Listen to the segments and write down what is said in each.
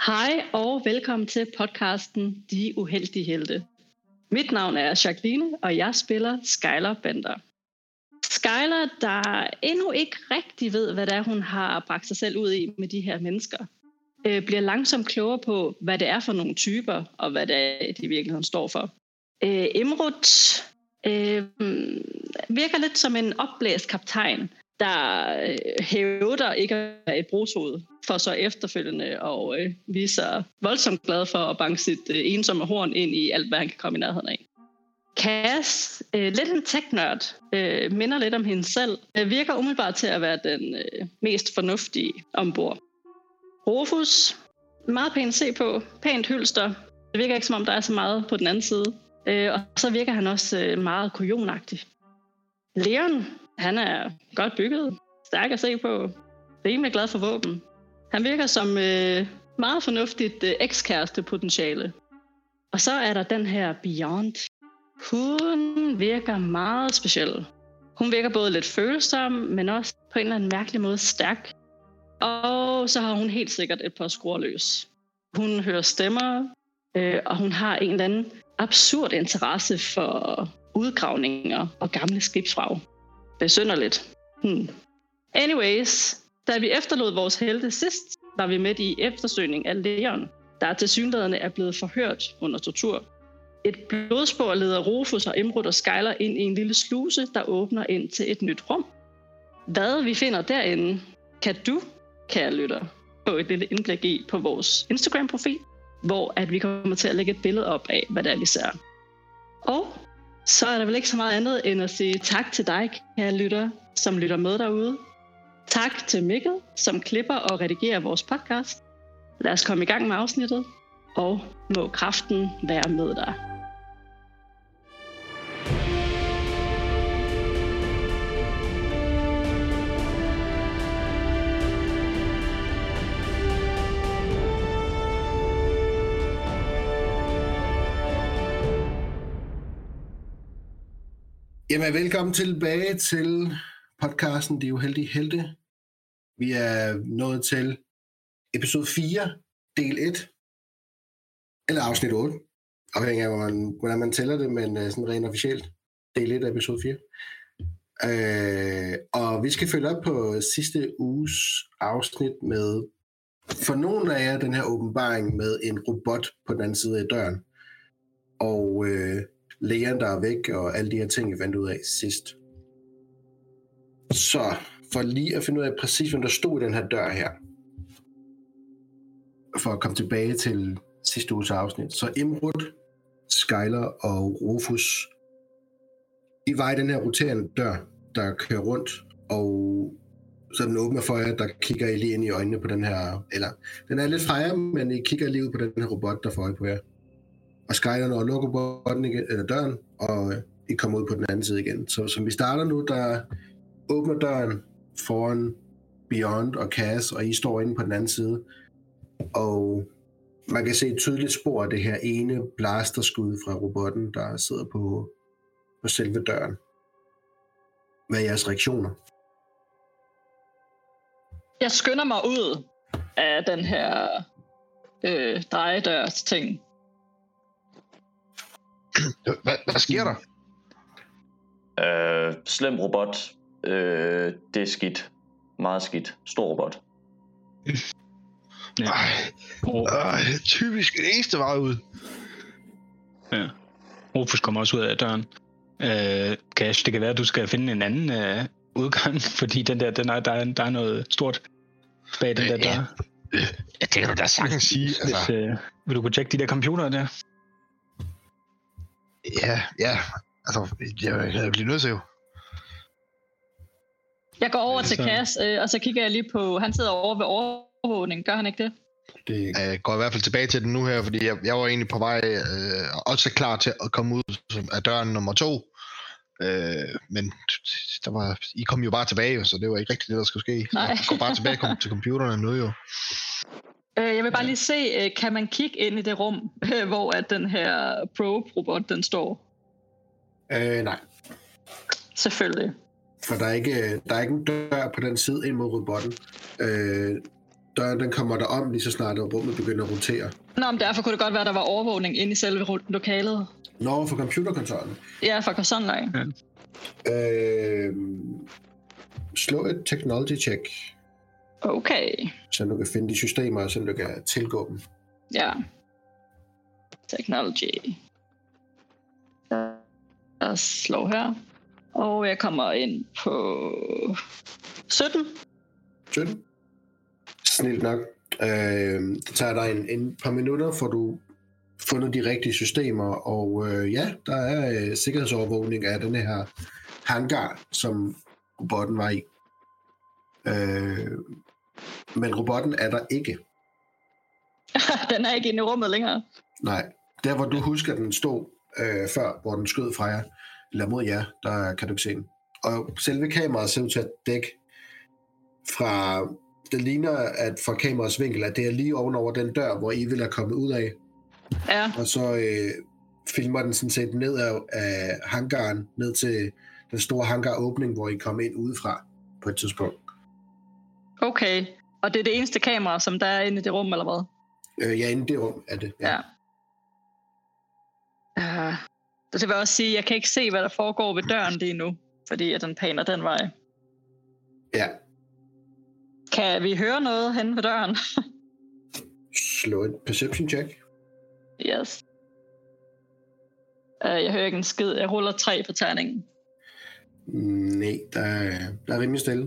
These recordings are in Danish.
Hej og velkommen til podcasten De Uheldige Helte. Mit navn er Jacqueline, og jeg spiller Skylar Bender. Skylar, der endnu ikke rigtig ved, hvad det er, hun har bragt sig selv ud i med de her mennesker, bliver langsomt klogere på, hvad det er for nogle typer, og hvad det er, de i virkeligheden står for. Imrud virker lidt som en opblæst kaptajn, der hævder ikke at være et brugshoved, for så efterfølgende og vise sig voldsomt glad for at banke sit ensomme horn ind i alt, hvad han kan komme i nærheden af. Cass, lidt en tech-nørd, minder lidt om hende selv, virker umiddelbart til at være den mest fornuftige ombord. Rufus, meget pænt at se på, pænt hylster. Det virker ikke som om, der er så meget på den anden side. Og så virker han også meget kujonagtig. Leon, han er godt bygget, stærk at se på, rimelig glad for våben. Han virker som meget fornuftigt ekskæreste potentiale. Og så er der den her Beyond. Hun virker meget speciel. Hun virker både lidt følsom, men også på en eller anden mærkelig måde stærk. Og så har hun helt sikkert et par skruer løs. Hun hører stemmer, og hun har en eller anden absurd interesse for udgravninger og gamle skibsvrag. Besynderligt. Anyways, da vi efterlod vores helte sidst, var vi midt i eftersøgning af Leon, der tilsyneladende er blevet forhørt under tortur. Et blodspor leder Rufus og Imrud og Skylar ind i en lille sluse, der åbner ind til et nyt rum. Hvad vi finder derinde, kan du, kære lytter, få et lille indblik i på vores Instagram-profil, hvor at vi kommer til at lægge et billede op af, hvad det er, vi ser. Og så er der vel ikke så meget andet end at sige tak til dig, kære lytter, som lytter med derude. Tak til Mikkel, som klipper og redigerer vores podcast. Lad os komme i gang med afsnittet, og må kraften være med dig. Jamen, velkommen tilbage til podcasten De Uheldige Helte. Vi er nået til episode 4, del 1, eller afsnit 8, afhængig af, hvordan man tæller det, men sådan rent officielt, del 1 af episode 4. Og vi skal følge op på sidste uges afsnit med, for nogle af jer, den her åbenbaring med en robot på den anden side af døren. Og Leon, der er væk, og alle de her ting, vi fandt ud af sidst. Så for lige at finde ud af præcis, hvem der stod i den her dør her, for at komme tilbage til sidste uges afsnit, så Imrud, Skylar og Rufus, de var i den her roterende dør, der kører rundt, og så den åbner for jer, der kigger I lige ind i øjnene på den her, eller den er lidt fra jer, men I kigger lige ud på den her robot, der får øje på jer. Og Skylar når lukker robotten igen, eller døren, og I kommer ud på den anden side igen. Så som vi starter nu, der åbner døren foran Beyond og Cass, og I står inde på den anden side. Og man kan se et tydeligt spor af det her ene blasterskud fra robotten, der sidder på selve døren. Hvad er jeres reaktioner? Jeg skynder mig ud af den her drejedørs ting. Hvad sker der? Slem robot. Det er skidt. Meget skidt. Stor robot. Typisk det eneste vej ud. Ja. Rufus kommer også ud af døren. Cash, det kan være, at du skal finde en anden udgang, fordi der er noget stort bag den der dør. Det kan du da sagtens sige. Altså. Vil du kunne tjekke de der computere der? Ja. Altså, jeg bliver nødt til jo. Jeg går over til Cass, og så kigger jeg lige på, han sidder over ved overvågning, gør han ikke det? Jeg går i hvert fald tilbage til den nu her, fordi jeg var egentlig på vej, også klar til at komme ud af døren nummer 2. Men I kom jo bare tilbage, så det var ikke rigtigt det, der skulle ske. Nej. Jeg går bare tilbage til computerne nu jo. Jeg vil bare lige se, kan man kigge ind i det rum, hvor at den her probe-robot, den står? Nej. Selvfølgelig. For der er ikke en dør på den side ind mod robotten. Døren den kommer der om, lige så snart rummet begynder at rotere. Nå, men derfor kunne det godt være, at der var overvågning inde i selve lokalet. Nå, for computerkontrollen. Ja, for konsollen. Ja. Slå et technology check, Okay. så du kan finde de systemer, så du kan tilgå dem. Ja. Technology. Jeg slår her. Og jeg kommer ind på 17. 17. Snilt nok. Det tager dig en par minutter, for du fundet de rigtige systemer, og ja, der er sikkerhedsovervågning af den her hangar, som robotten var i. Men robotten er der ikke. Den er ikke inde i rummet længere. Nej, der hvor du husker, den stod før, hvor den skød fra jer, eller mod jer, der kan du ikke se den. Og selve kameraet ser ud til at dække fra... Det ligner, at fra kamerets vinkel, at det er lige ovenover den dør, hvor I vil er kommet ud af. Ja. Og så filmer den sådan set ned af hangaren, ned til den store hangaråbning, hvor I kom ind udefra på et tidspunkt. Okay. Og det er det eneste kamera, som der er inde i det rum, eller hvad? Ja, inde i det rum er det. Ja. Det vil også sige, at jeg kan ikke se, hvad der foregår ved døren lige nu, fordi at den paner den vej. Ja. Kan vi høre noget hen ved døren? Slå et perception check. Yes. Jeg hører ikke en skid. Jeg ruller 3 på terningen. Nej, der er rimelig stille.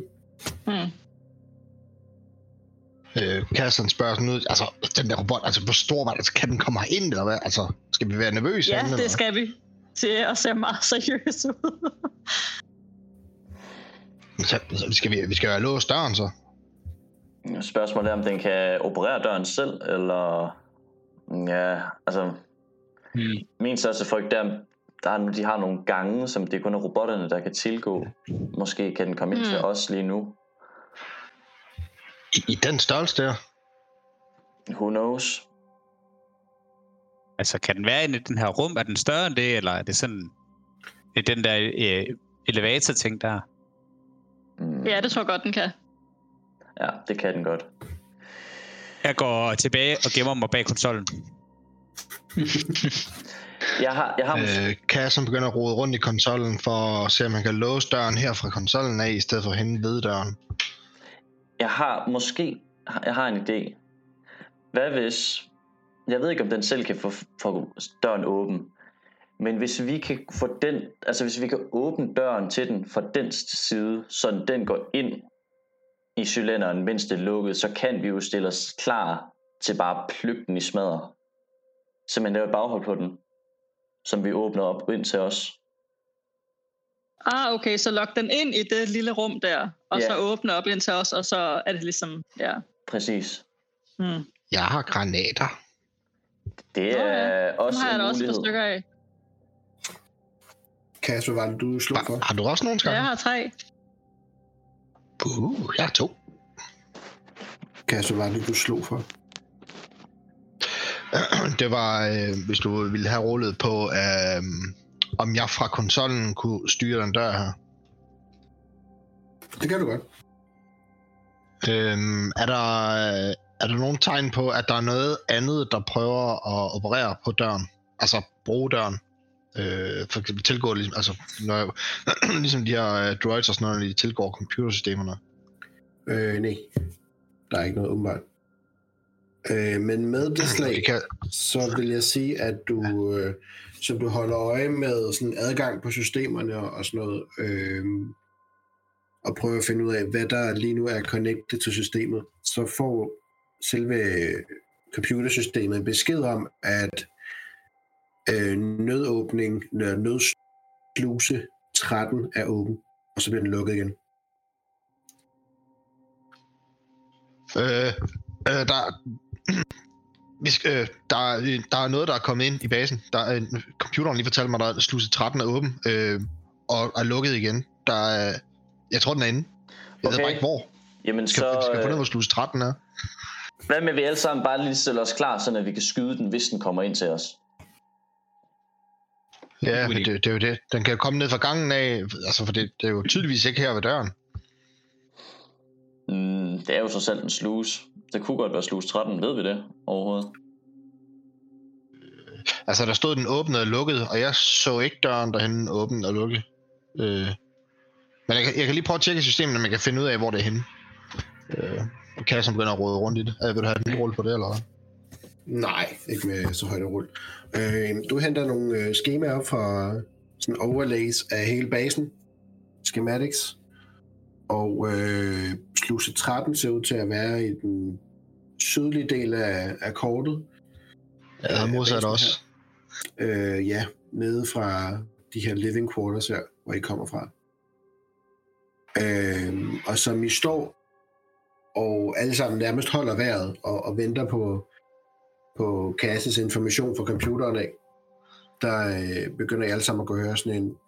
Kassen spørger sådan ud, altså den der robot, altså hvor stor var det, kan den komme herind, eller hvad? Altså, skal vi være nervøse? Ja, eller? Det skal vi. Det er ser meget seriøst ud. Så vi skal jo have låst døren, så. Spørgsmålet er, om den kan operere døren selv, eller... Ja, altså... Min største frygt de har nogle gange, som det kun er robotterne, der kan tilgå. Måske kan den komme ind til os lige nu. I den størrelse der? Who knows? Altså, kan den være inde i den her rum? Er den større end det, eller er det sådan... Er den der elevator-ting der? Ja, det tror jeg godt, den kan. Ja, det kan den godt. Jeg går tilbage og gemmer mig bag konsollen. Jeg har Kassen begynder at rode rundt i konsollen for at se, om man kan låse døren her fra konsollen af, i stedet for henne ved døren. Jeg har en idé. Hvad hvis... Jeg ved ikke, om den selv kan få døren åben. Men hvis vi kan få den... Altså hvis vi kan åbne døren til den fra den side, så den går ind i cylinderen, mens det er lukket, så kan vi jo stille os klar til bare at plukke den i smadre. Simpelthen lave et baghold på den, som vi åbner op ind til os. Okay, så lok den ind i det lille rum der, og Ja. så åbne op ind til os, og så er det ligesom, ja. Præcis. Jeg har granater. Det er også Nu har jeg en da også et par mulighed. stykker af. Kasper, hvad var det, du slog for? Har du også nogen Ja, skræk? jeg har 3. Jeg har 2. Kasper, hvad var det, du slog for? Det var, hvis du ville have rullet på, om jeg fra konsollen kunne styre den dør her. Det kan du godt. Er der nogen tegn på, at der er noget andet, der prøver at operere på døren? Altså bruge døren? For eksempel tilgå, ligesom, altså, ligesom de her droids og sådan noget, når de tilgår computersystemerne. Nej. Der er ikke noget umiddelbart. Men med det slag, så vil jeg sige, at du, som du holder øje med sådan adgang på systemerne og sådan noget, og prøver at finde ud af, hvad der lige nu er connected til systemet, så får selve computersystemet en besked om, at nødsluse 13 er åben, og så bliver den lukket igen. Der er noget, der er kommet ind i basen. Computeren lige fortalte mig, at sluse 13 er åben og er lukket igen. Jeg tror, den er inde. Jeg ved bare ikke, hvor. Jamen Skal jeg få ned, hvor sluse 13 er? Hvad med vi alle sammen bare lige stille os klar, så at vi kan skyde den, hvis den kommer ind til os? Ja, men det er jo det. Den kan jo komme ned fra gangen af, altså for det er jo tydeligvis ikke her ved døren. Det er jo så selv en sluse. Det kunne godt være slus 13, ved vi det overhovedet? Altså, der stod den åbnet og lukket, og jeg så ikke døren derhen åben og lukket. Men jeg kan lige prøve at tjekke systemet, om jeg kan finde ud af, hvor det er henne. Kan jeg som begynder at råde rundt i det? Vil du have en rulle på det, eller hvad? Nej, ikke med så højt en rulle. Du henter nogle skemaer op for sådan overlays af hele basen. Schematics. Og sluse 13 ser ud til at være i den sydlige del af kortet. Ja, modsat også. Ja, nede fra de her living quarters her, hvor I kommer fra. Og som I står og alle sammen nærmest holder vejret og venter på Casses information fra computeren af, der begynder I alle sammen at gå og høre sådan en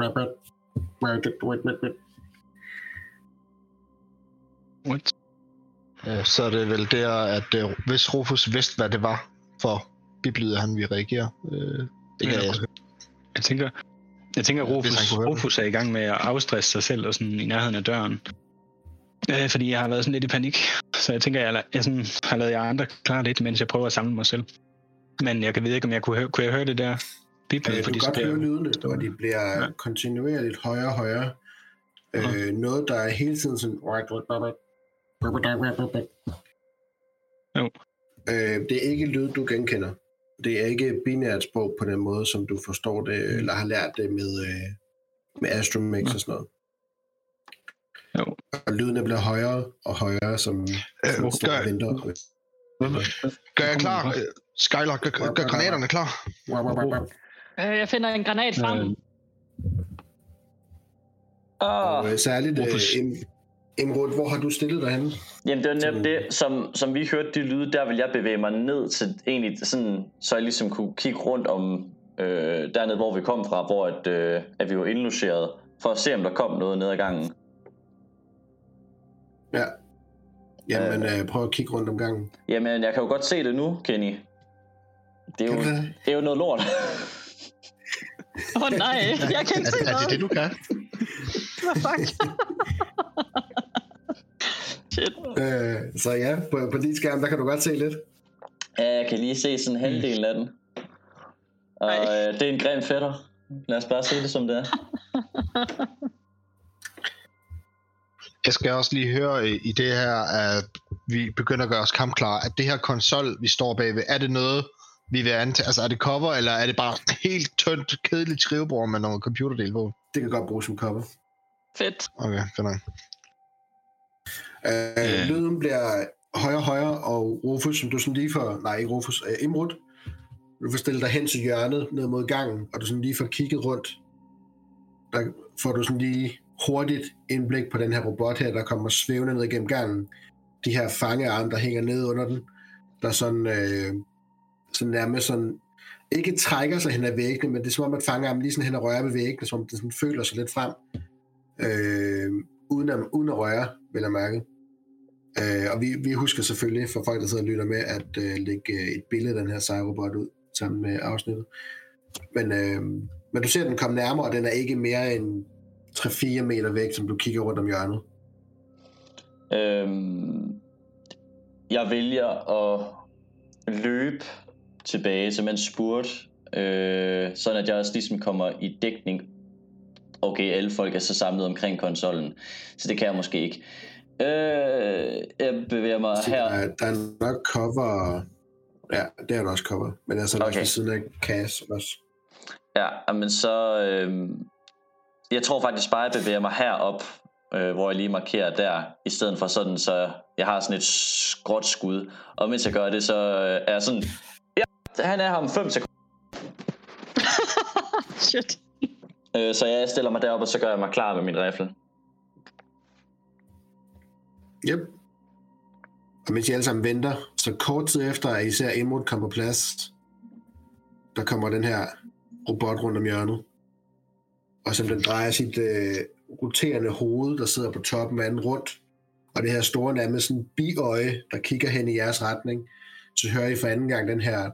What? Så er det vel der, at hvis Rufus vidste, hvad det var for bibliet, han ville reagere. Det kan Jeg tænker, at Rufus er i gang med at afstresse sig selv og sådan i nærheden af døren. Fordi jeg har været sådan lidt i panik. Så jeg tænker, jeg sådan har lavet jer andre klare lidt, mens jeg prøver at samle mig selv. Men jeg ved ikke, om jeg kunne jeg høre det der biblet. Du kan godt høre lydene, og de bliver kontinuerligt højere og højere. Noget, der er hele tiden sådan... Jo. Det er ikke lyd, du genkender. Det er ikke binært sprog på den måde, som du forstår det, eller har lært det med Astromix og sådan noget. Jo. Og lydene bliver højere og højere, som står og venter. Gør jeg klar? Skyler, gør granaterne klar? Jeg finder en granat frem. Og særligt Imrud, hvor har du stillet dig henne? Jamen det var netop det, som vi hørte de lyde, der vil jeg bevæge mig ned til egentlig sådan, så jeg ligesom kunne kigge rundt om dernede, hvor vi kom fra, hvor at vi var indlogeret, for at se om der kom noget ned ad gangen. Ja. Jamen prøv at kigge rundt om gangen. Jamen jeg kan jo godt se det nu, Kenny. Det er jo noget lort. Nej, jeg kan ikke se noget. Er det du kan? Hvad fuck? Shit. Så ja, på din skærm, der kan du godt se lidt. Ja, jeg kan lige se sådan halvdelen af den. Og det er en grim fætter. Lad os bare se det som det er. Jeg skal også lige høre i det her, at vi begynder at gøre os kampklare, at det her konsol, vi står bagved, er det noget, vi vil antage? Altså er det cover, eller er det bare helt tyndt, kedeligt skrivebord med nogle computerdel på? Det kan godt bruges som cover. Fedt. Okay, fedt nok. Lyden bliver højere og højere, og Rufus, som du sådan lige får... Nej, ikke Rufus, Imrud. Du får stillet dig hen til hjørnet, ned mod gangen, og du sådan lige får kigget rundt. Der får du sådan lige hurtigt indblik på den her robot her, der kommer svævende ned gennem gangen. De her fangearme, der hænger ned under den, der sådan nærmest sådan, ikke trækker sig hen ad væggene, men det er som om, at fangearmen lige sådan hen og rører ved væggene, som om den sådan føler sig lidt frem, uden at røre, vil jeg mærke. Og vi husker selvfølgelig, for folk, der sidder og lytter med, at lægge et billede af den her sejrobot ud, sammen med afsnittet. Men du ser, at den kommer nærmere, og den er ikke mere end 3-4 meter væk, som du kigger rundt om hjørnet. Jeg vælger at løbe tilbage som en spurt, sådan at jeg også ligesom kommer i dækning. Okay, alle folk er så samlet omkring konsollen, så det kan jeg måske ikke. Jeg bevæger mig her. Der er nok cover. Ja, det er der også cover. Men altså okay. Også ved siden af Cass også. Ja, men så... jeg tror faktisk bare, at jeg bevæger mig herop, hvor jeg lige markerer der, i stedet for sådan, så jeg har sådan et skråt skud. Og mens jeg gør det, så er jeg sådan... Ja, han er her om 5 sekunder. Shit. Så jeg stiller mig derop, og så gør jeg mig klar med min rifle. Yep. Og mens I alle sammen venter, så kort tid efter, at I ser Imrud komme på plads, der kommer den her robot rundt om hjørnet. Og som den drejer sit roterende hoved, der sidder på toppen af den rundt, og det her store nærmest sådan biøje, der kigger hen i jeres retning, så hører I for anden gang den her,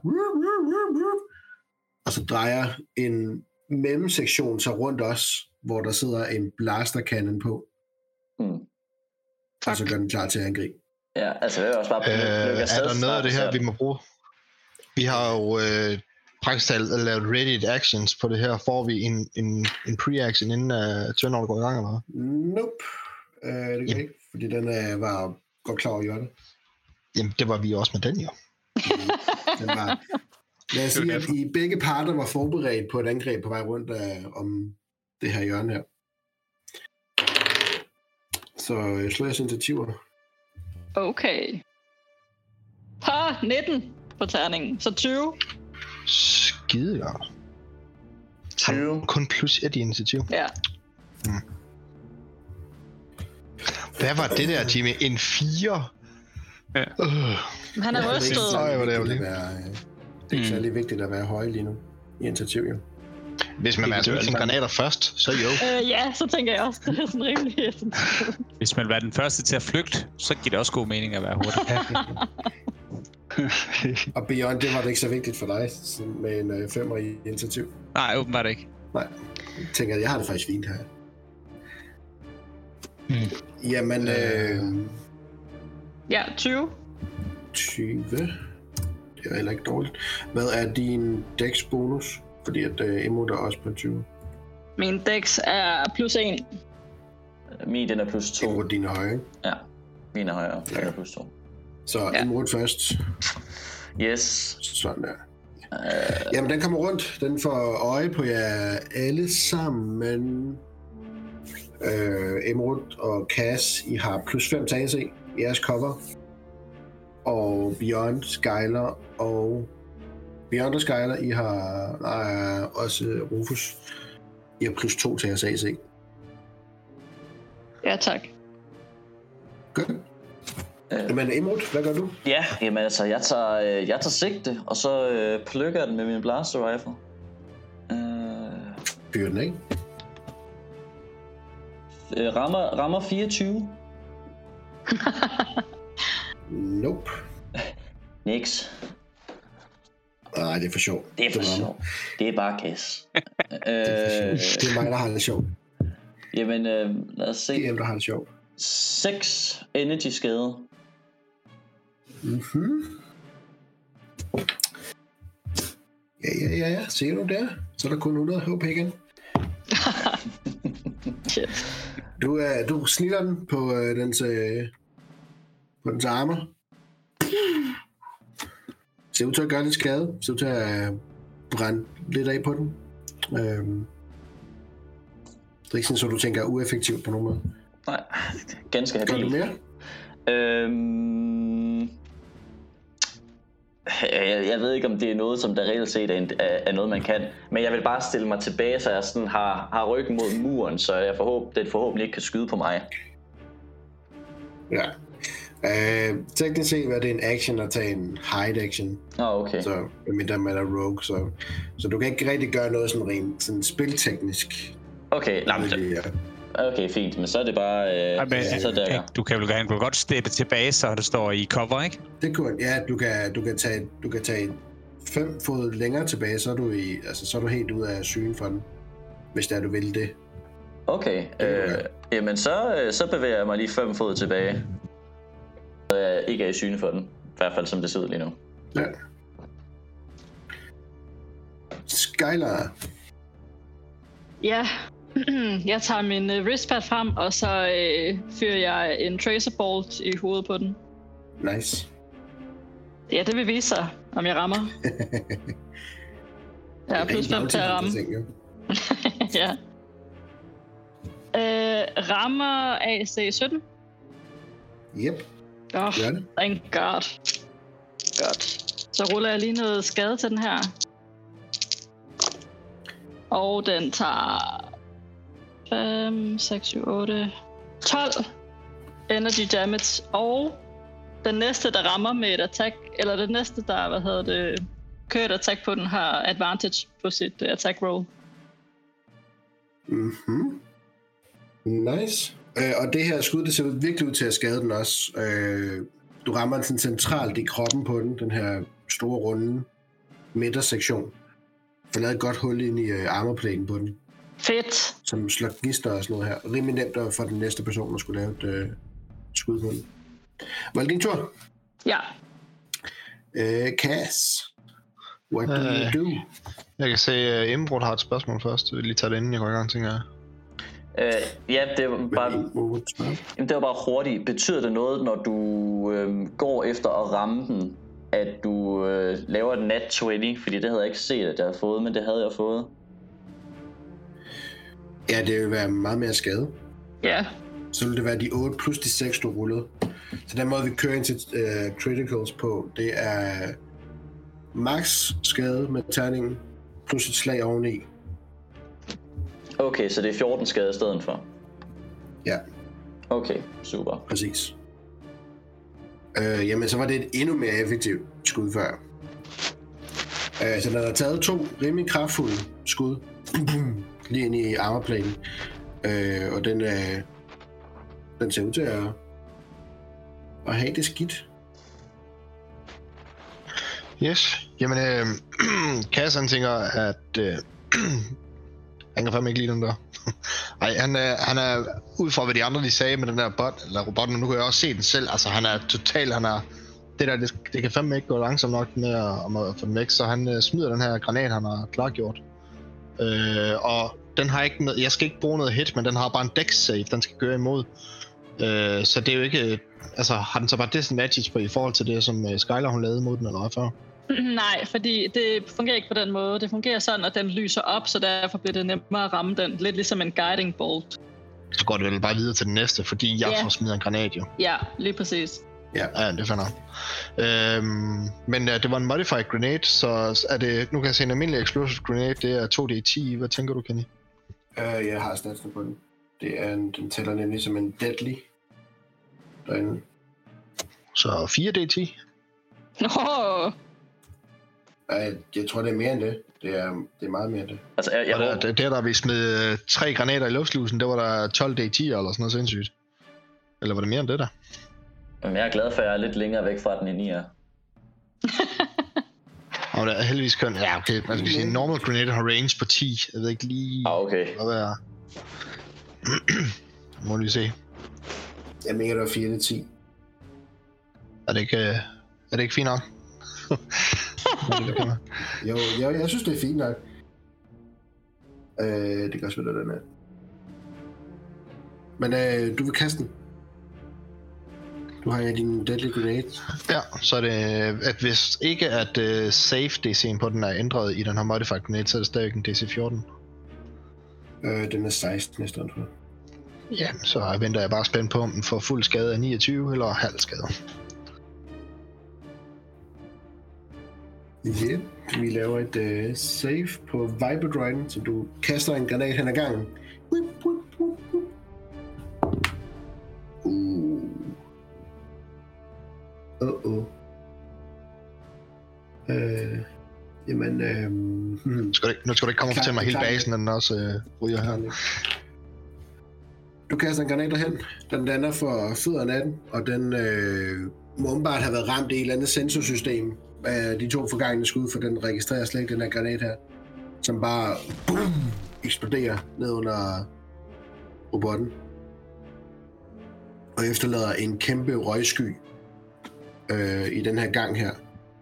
og så drejer en mellemsektion sig rundt os, hvor der sidder en blasterkannon på. Og så gør den klar til at angribe. Ja, altså det er også bare er der noget af det her, vi må bruge? Vi har jo praktisk talt lavet ready actions på det her. Får vi en pre-action inden turnover går i gang, eller? Nope. Det kan ikke, fordi den var godt klar over at gøre det. Jamen, det var vi også med den, jo. Den var... Lad os sige, at I begge parter var forberedt på et angreb på vej rundt om det her hjørne her. Så slår jeg initiativer. Okay. 19 på terningen, så 20. Skide godt. 20. Kun plus 1 i initiativ. Ja. Hvad var det der, Jimmy? En 4? Ja. Han er rystet. Det er ikke særlig vigtigt at være høj lige nu i initiativ, jo. Hvis man er smidt sine granater først, så jo. Ja, så tænker jeg også, det er sådan rimelig. Hvis man var den første til at flygte, så giver det også god mening at være hurtig. Og Beyond, det var det ikke så vigtigt for dig med en 5'er i initiativ. Nej, åbenbart ikke. Nej, jeg tænker, jeg har det faktisk fint her. Jamen, ja, 20. 20. Det er heller ikke dårligt. Hvad er din dex bonus? Fordi at Emo der er også på 20. Min dex er plus 1. Min den er plus 2. Emo din er høje, ikke? Ja, min er højere. Den er plus 2. Så Emo først. Yes. Sådan der. Jamen, den kommer rundt. Den får øje på jer alle sammen. Emerald og Cass, I har plus 5 til AC i jeres cover. Og Beyond, Skyler og... Beyond og Skyler, I har også Rufus. I har plus 2 til jeres AC. Ja, tak. Godt. Men Emerald, hvad gør du? Ja, jamen altså, jeg tager sigte, og så plukker jeg den med min blaster rifle. Fyr den, ikke? Rammer 24. Nope. Niks. Nej, det er for sjov. Det er for sjov. Det er bare gas. Det er mig, der har det sjovt. Jamen, lad os se. Det er der har det sjovt. 6 energy skade. Ja. Ser du der? Så er der kun 100 HP igen. Shit. Du snitter den på dens armer. Ser ud til at gøre lidt skade. Ser ud til at brænde lidt af på den. Det er ikke sådan, så du tænker er ueffektivt på nogen måde. Nej, ganske habil. Gør du mere? Jeg ved ikke, om det er noget, som der reelt set er noget, man kan. Men jeg vil bare stille mig tilbage, så jeg sådan har ryggen mod muren, så jeg forhåbentlig ikke kan skyde på mig. Ja. Teknisk set er det en action at tage en hide action. Okay. Så medmindre man er rogue, så du kan ikke rigtig gøre noget sådan rent sådan spilteknisk. Okay, okay, fint, men så er det bare så der. Du kan vel godt steppe tilbage, så det står i cover, ikke? Det kunne, ja, du kan tage 5 fod længere tilbage, så er du helt ud af syne for den, hvis det er, du vil det. Okay, jamen så bevæger jeg mig lige 5 fod tilbage. Så jeg ikke er i syne for den, i hvert fald som det ser ud lige nu. Ja. Skyler. Ja, jeg tager min wristpad frem, og så fyrer jeg en tracerbolt i hovedet på den. Nice. Ja, det vil vise sig, om jeg rammer. Jeg er plus 5 til at ramme. Ja. Rammer AC 17? Yep. Thank God. Godt. Så ruller jeg lige noget skade til den her. Og den tager 5, 6, 7, 8, 12 energy damage. Og den næste, der rammer med et attack, eller den næste, der, kører et attack på den, har advantage på sit attack roll. Mhm. Nice. Og det her skud, det ser virkelig ud til at skade den også. Du rammer den sådan centralt i kroppen på den her store runde midtersektion. Får lavet et godt hul ind i armorplaten på den. Fedt. Som slår gnister og sådan noget her. Rimelig nemt for den næste person at skulle lave et skud på den. Var det din tur? Ja. Cass, what do you do? Jeg kan se, at Imbrud har et spørgsmål først. Jeg vil lige tage det inden, jeg går i gang, tænker jeg. Ja, det var bare hurtigt. Betyder det noget, når du går efter at ramme den, at du laver et nat 20? Fordi det havde jeg ikke set, at jeg havde fået, men det havde jeg fået. Ja, det vil være meget mere skade. Ja. Så vil det være de 8 plus de 6, du rullede. Så den måde, vi kører ind til criticals på, det er max skade med terningen, plus et slag oveni. Okay, så det er 14 skade i stedet for? Ja. Okay, super. Præcis. Jamen, så var det et endnu mere effektivt skud før. Så den har taget 2 rimelig kraftfulde skud lige ind i armorplanen. Og den ser ud til at have det skidt. Yes. Jamen, Cass, han tænker, at han kan fandme ikke lide den der. Ej, han er ud fra, hvad de andre de sagde med den der robotten, og nu kan jeg også se den selv. Altså, han er totalt, det der, det kan fandme ikke gå langsomt nok med at få den væk, så han smider den her granat, han har klargjort. Og den har ikke jeg skal ikke bruge noget hit, men den har bare en dex save, den skal gøre imod. Så det er jo ikke, altså har den så bare disadvantage på i forhold til det, som Skylar hun lavede mod den eller hvad før? Nej, fordi det fungerer ikke på den måde. Det fungerer sådan, at den lyser op, så derfor bliver det nemmere at ramme den. Lidt ligesom en guiding bolt. Så går det vel bare videre til den næste, fordi jeg får smider en granat jo. Ja, lige præcis. Ja, det finder jeg. Men det var en modified grenade, så er det, nu kan jeg se en almindelig explosive grenade, det er 2d10. Hvad tænker du, Kenny? Jeg har statsen på den. Den tæller nemlig som en deadly derinde. Så 4d10? Nå! Jeg tror, det er mere end det. Det er meget mere end det. Altså, der vi smed 3 granater i luftslusen, det var der 12 d10 eller sådan noget sindssygt. Eller var det mere end det der? Jamen, jeg er glad for, at jeg er lidt længere væk fra den end I er. Og det er heldigvis køn. Ja, okay. Man skal sige, normal grenade har range på 10. Jeg ved ikke lige, okay. Hvad er. Må lige se. Jeg mener, det var 4-10. Er det ikke fint nok? Jo, jeg synes, det er fint nok. Det kan også være, den er. Men du vil kaste den. Du har ja din deadly grenade. Ja, så er det, at hvis ikke at save DC'en på den er ændret i den her modified grenade, så er det stadig en DC 14. Den er 16 i stedet for. Ja, så venter jeg bare spændt på, om den får fuld skade af 29 eller halv skade. Ja, vi laver et save på Viberdroiden, så du kaster en granat hen ad gangen. Jamen, nu skal du ikke komme og fortælle mig hele basen, den også ryger her. Du kaster en granat derhen, den lander for fødderne af den, og den må åbenbart have været ramt i et eller andet sensorsystem af de 2 forgangne skud, for den registrerer slet ikke den her granat her, som bare boom, eksploderer ned under robotten. Og efterlader en kæmpe røgsky i den her gang her.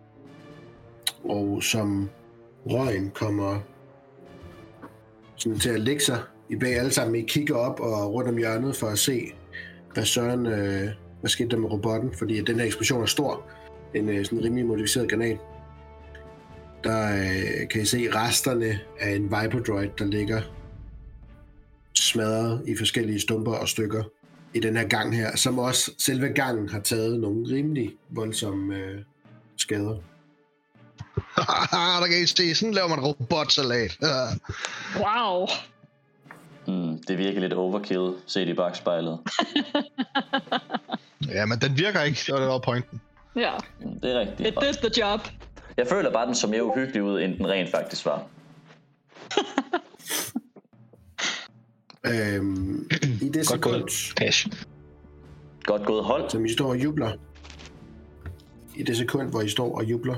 Og som røgen kommer sådan til at lægge sig i bag alle sammen. I kigger op og rundt om hjørnet for at se, hvad søren, hvad skete der med robotten, fordi den her eksplosion er stor. En sådan rimelig modificeret granat. Der kan I se resterne af en Viberdroid, der ligger smadret i forskellige stumper og stykker i den her gang her, som også selve gangen har taget nogle rimelig voldsomme skader. Der kan I se, sådan laver man robotsalat. Wow! Det virker lidt overkill, set i bagspejlet. Ja, men den virker ikke, det var pointen. Ja, det er rigtigt. It did the job. Jeg føler bare, den så mere uhyggelig ud, end den rent faktisk var. I det sekund, godt gået hold. som I står og jubler, i det sekund, hvor I står og jubler,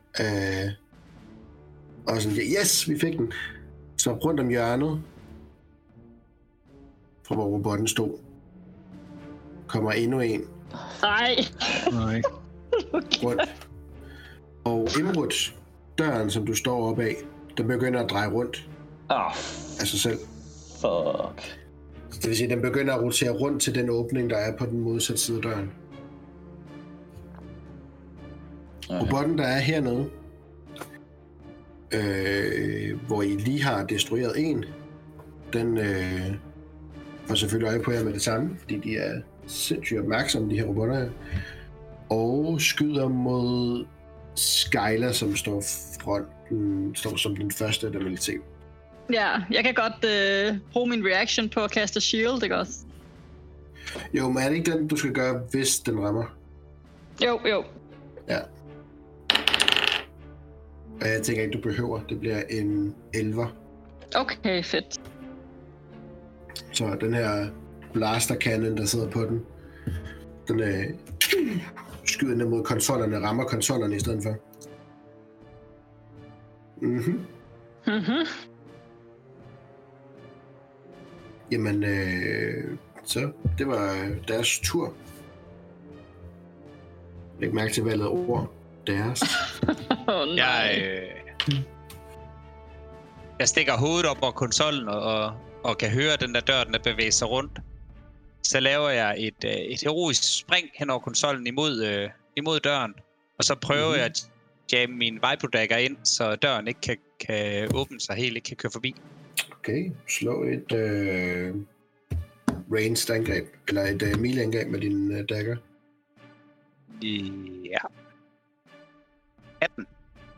og sådan, yes, vi fik den, så rundt om hjørnet, fra hvor robotten stod, kommer endnu en Nej. rundt. Og Imrud, døren, som du står op af, den begynder at dreje rundt af sig selv. Fuck. Det vil sige, at den begynder at rotere rundt til den åbning, der er på den modsatte side af døren. Robotten, der er hernede, hvor I lige har destrueret en, den får selvfølgelig øje på jer med det samme, fordi de er sindssygt opmærksomme, de her robotter her, og skyder mod Skyler, som står som den første, der vil se. Ja, jeg kan godt bruge min reaction på at kaste shield, ikke også? Jo, men er det ikke den, du skal gøre, hvis den rammer? Jo. Ja. Og jeg tænker ikke, du behøver. Det bliver en 11'er. Okay, fedt. Så den her blaster cannon, der sidder på den skyder ned mod konsollerne, rammer konsollerne i stedet for. Jamen, så det var deres tur. Læg mærke til valget ord. Deres. Jeg stikker hovedet op over konsollen og kan høre den der dør, den der bevæger sig rundt. Så laver jeg et heroisk spring hen over konsollen imod døren. Og så prøver jeg at jamme min vibrodagger ind, så døren ikke kan åbne sig helt, ikke kan køre forbi. Okay, slå et ranged angreb, eller et melee angreb med din dagger. Ja. 18.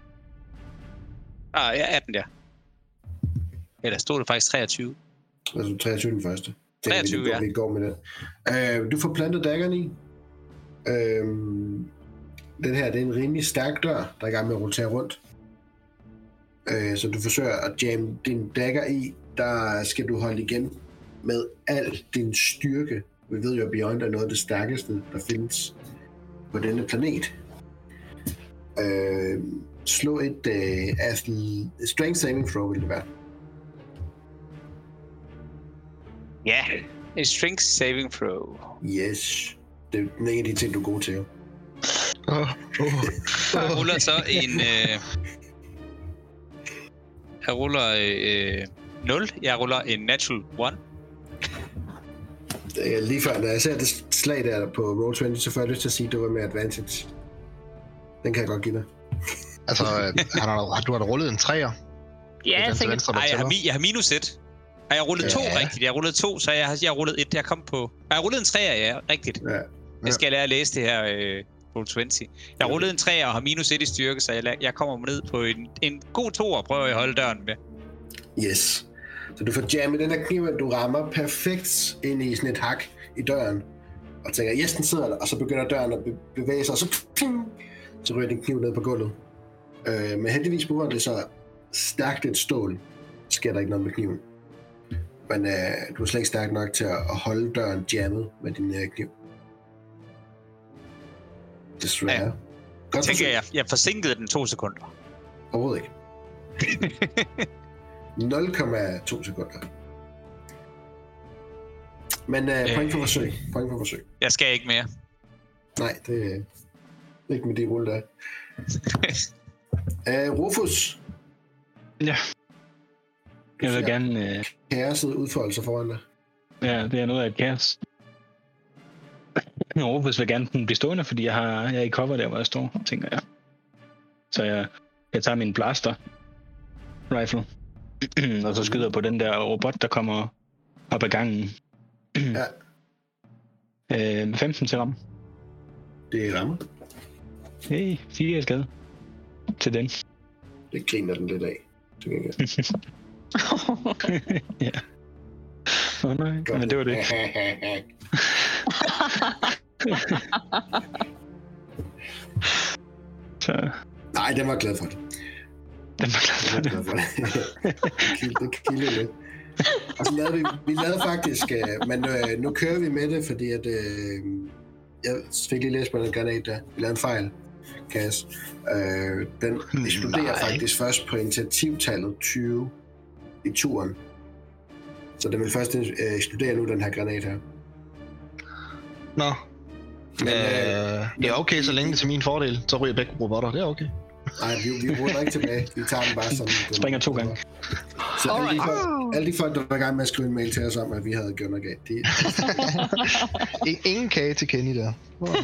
Ja, 18 der. Eller stod det faktisk 23? Altså 23 den første. 23, ja. Vi går med det. Du får plantet daggeren i. Den her, det er en rimelig stærk dør, der er i gang med at rotere rundt. Så du forsøger at jamme din dagger i. Der skal du holde igen med al din styrke. Vi ved jo, at Beyond er noget af det stærkeste, der findes på denne planet. Slå et strength saving throw, vil det være. Ja, en strength saving throw. Yes. Det er en af de ting, du er god til. Jeg ruller så en... Jeg ruller 0. Jeg ruller en natural 1. Lige før, når jeg ser det slag der på Roll20, så får jeg lyst til at sige, at det var med advantage. Den kan jeg godt give dig. Altså, du har da rullet en 3'er? Ja, jeg tænker... Jeg har minus 1. Og jeg rullede 2 rigtigt. Jeg rullede 2, så jeg har rullet 1. Jeg kom på... Jeg rullede en 3'er, ja, rigtigt. Ja. Jeg skal lære at læse det her Roll20. Jeg rullede en 3'er og har minus 1 i styrke, så jeg kommer ned på en god 2 og prøver at holde døren med. Yes. Så du får jammet den her kniv, at du rammer perfekt ind i sådan et hak i døren. Og tænker, yes, den sidder der. Og så begynder døren at bevæge sig, og så ping, så ryger den kniv ned på gulvet. Men heldigvis på grund af det så stærkt et stål, sker der ikke noget med kniven. Men du er slet ikke stærk nok til at holde døren jammet med din kniv. Desværre. Ja. Jeg tænker, jeg forsinkede den 2 sekunder. Overhovedet ikke. 0,2 sekunder. Men point for forsøg. Point for forsøg. Jeg skal ikke mere. Nej, det er ikke med de rulle der. Rufus. Ja. Jeg vil gerne... Kaoset udfolde sig foran dig. Ja, det er noget af et kaos. Rufus vil gerne blive stående, fordi jeg er i cover der, hvor jeg står, tænker jeg. Så jeg tager min blaster rifle, og så skyder på den der robot, der kommer op ad gangen. Ja. 15 til ramme. Det er ramme. Hey, 4 skade til den. Det griner den lidt af. Ja. Nej, men det var det. Så. Nej, den var glad for det. Den var glad for det. Det kilder lidt. Og så lavede vi lavede faktisk, men nu kører vi med det, fordi at jeg fik lige læst på den granat der. Vi lavede en fejl, Kas. Den eksploderer faktisk først på initiativtallet 20 i turen. Så den vil først eksplodere nu, den her granat her. Nå. Det er okay, så længe det er til min fordel. Så ryger begge robotter, det er okay. Nej, vi ruller ikke tilbage. Vi tager den bare sådan. Springer 2 gange. Så alle de folk, der var i gang med at skrive en mail til os om, at vi havde gjort noget galt. Ingen kage til Kenny der.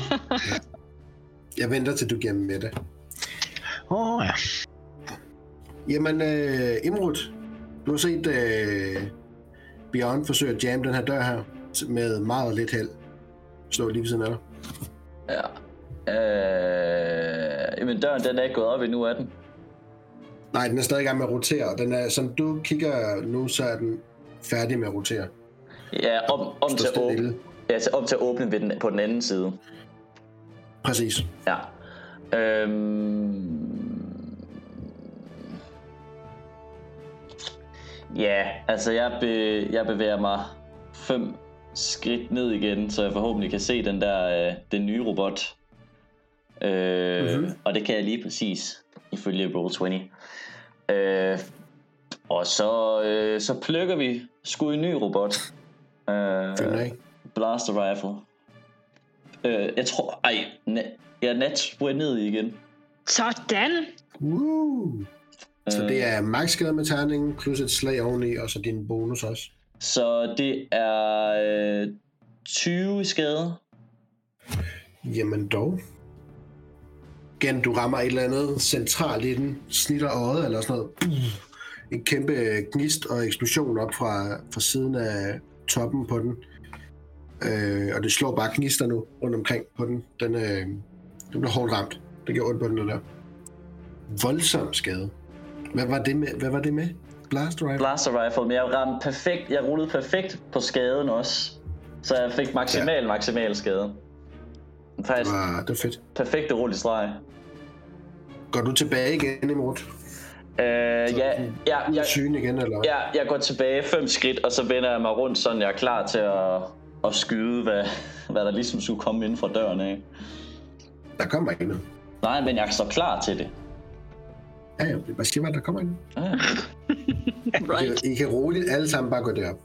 Jeg venter til du giver dem med det. Ja. Jamen, Imrud, du har set Beyond forsøge at jamme den her dør her med meget lidt held. Slå lige ved siden af dig. Ja. Jamen døren, den er ikke gået op endnu, er den? Nej, den er stadig i gang med at rotere. Den er, som du kigger nu, så er den færdig med at rotere. Ja, om til at åbne ved den, på den anden side. Præcis. Ja. Ja, altså jeg bevæger mig 5 skridt ned igen, så jeg forhåbentlig kan se den nye robot. Og det kan jeg lige præcis, ifølge Roll20. Og så plukker vi sgu en ny robot. Blaster rifle. Jeg tror, jeg nat ned igen. Sådan! Så det er max skade med terningen, plus et slag oveni, og så din bonus også. Så det er 20 skade. Jamen dog. Igen, du rammer et eller andet centralt i den, snitter øjet eller sådan noget. En kæmpe gnist og eksplosion op fra siden af toppen på den. Og det slår bare gnister nu rundt omkring på den. Den bliver hårdt ramt. Det gjorde ondt på den der. Voldsom skade. Hvad var det med? Blaster rifle? Blaster rifle, men jeg ramte perfekt. Jeg rullede perfekt på skaden også. Så jeg fik maksimal skade. Faktisk det var fedt. Perfekte rull i streg. Går du tilbage igen, Imrud? Sygen igen, eller hvad? Ja, jeg går tilbage 5 skridt, og så vender jeg mig rundt, sådan jeg er klar til at skyde, hvad der ligesom skulle komme ind fra døren af. Der kommer ikke noget. Nej, men jeg er så klar til det. Ja, det bare siger, hvad der kommer ind. Right. I kan roligt alle sammen bare gå derop.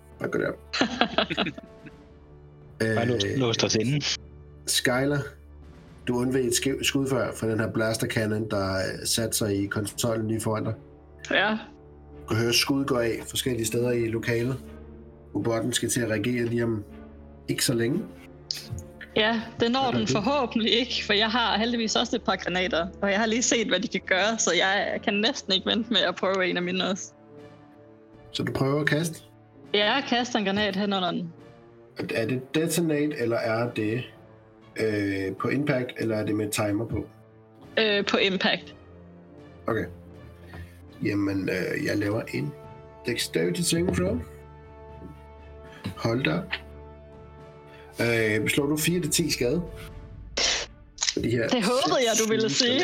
Bare låst os inden. Skyler, du undveg et skud fra den her blaster cannon, der satte sig i konsollen lige foran dig. Ja. Du kan høre skud gå af forskellige steder i lokalet. Robotten skal til at reagere lige om ikke så længe. Ja, det når den forhåbentlig ikke, for jeg har heldigvis også et par granater, og jeg har lige set, hvad de kan gøre, så jeg kan næsten ikke vente med at prøve en af mine også. Så du prøver at kaste? Ja, jeg kaster en granat hen under den. Er det detonate, eller er det på impact, eller er det med timer på? På impact. Okay. Jamen, jeg laver en dexterity saving throw. Hold da. Slår du 4-10 skade? De her det håbede jeg, du ville sige.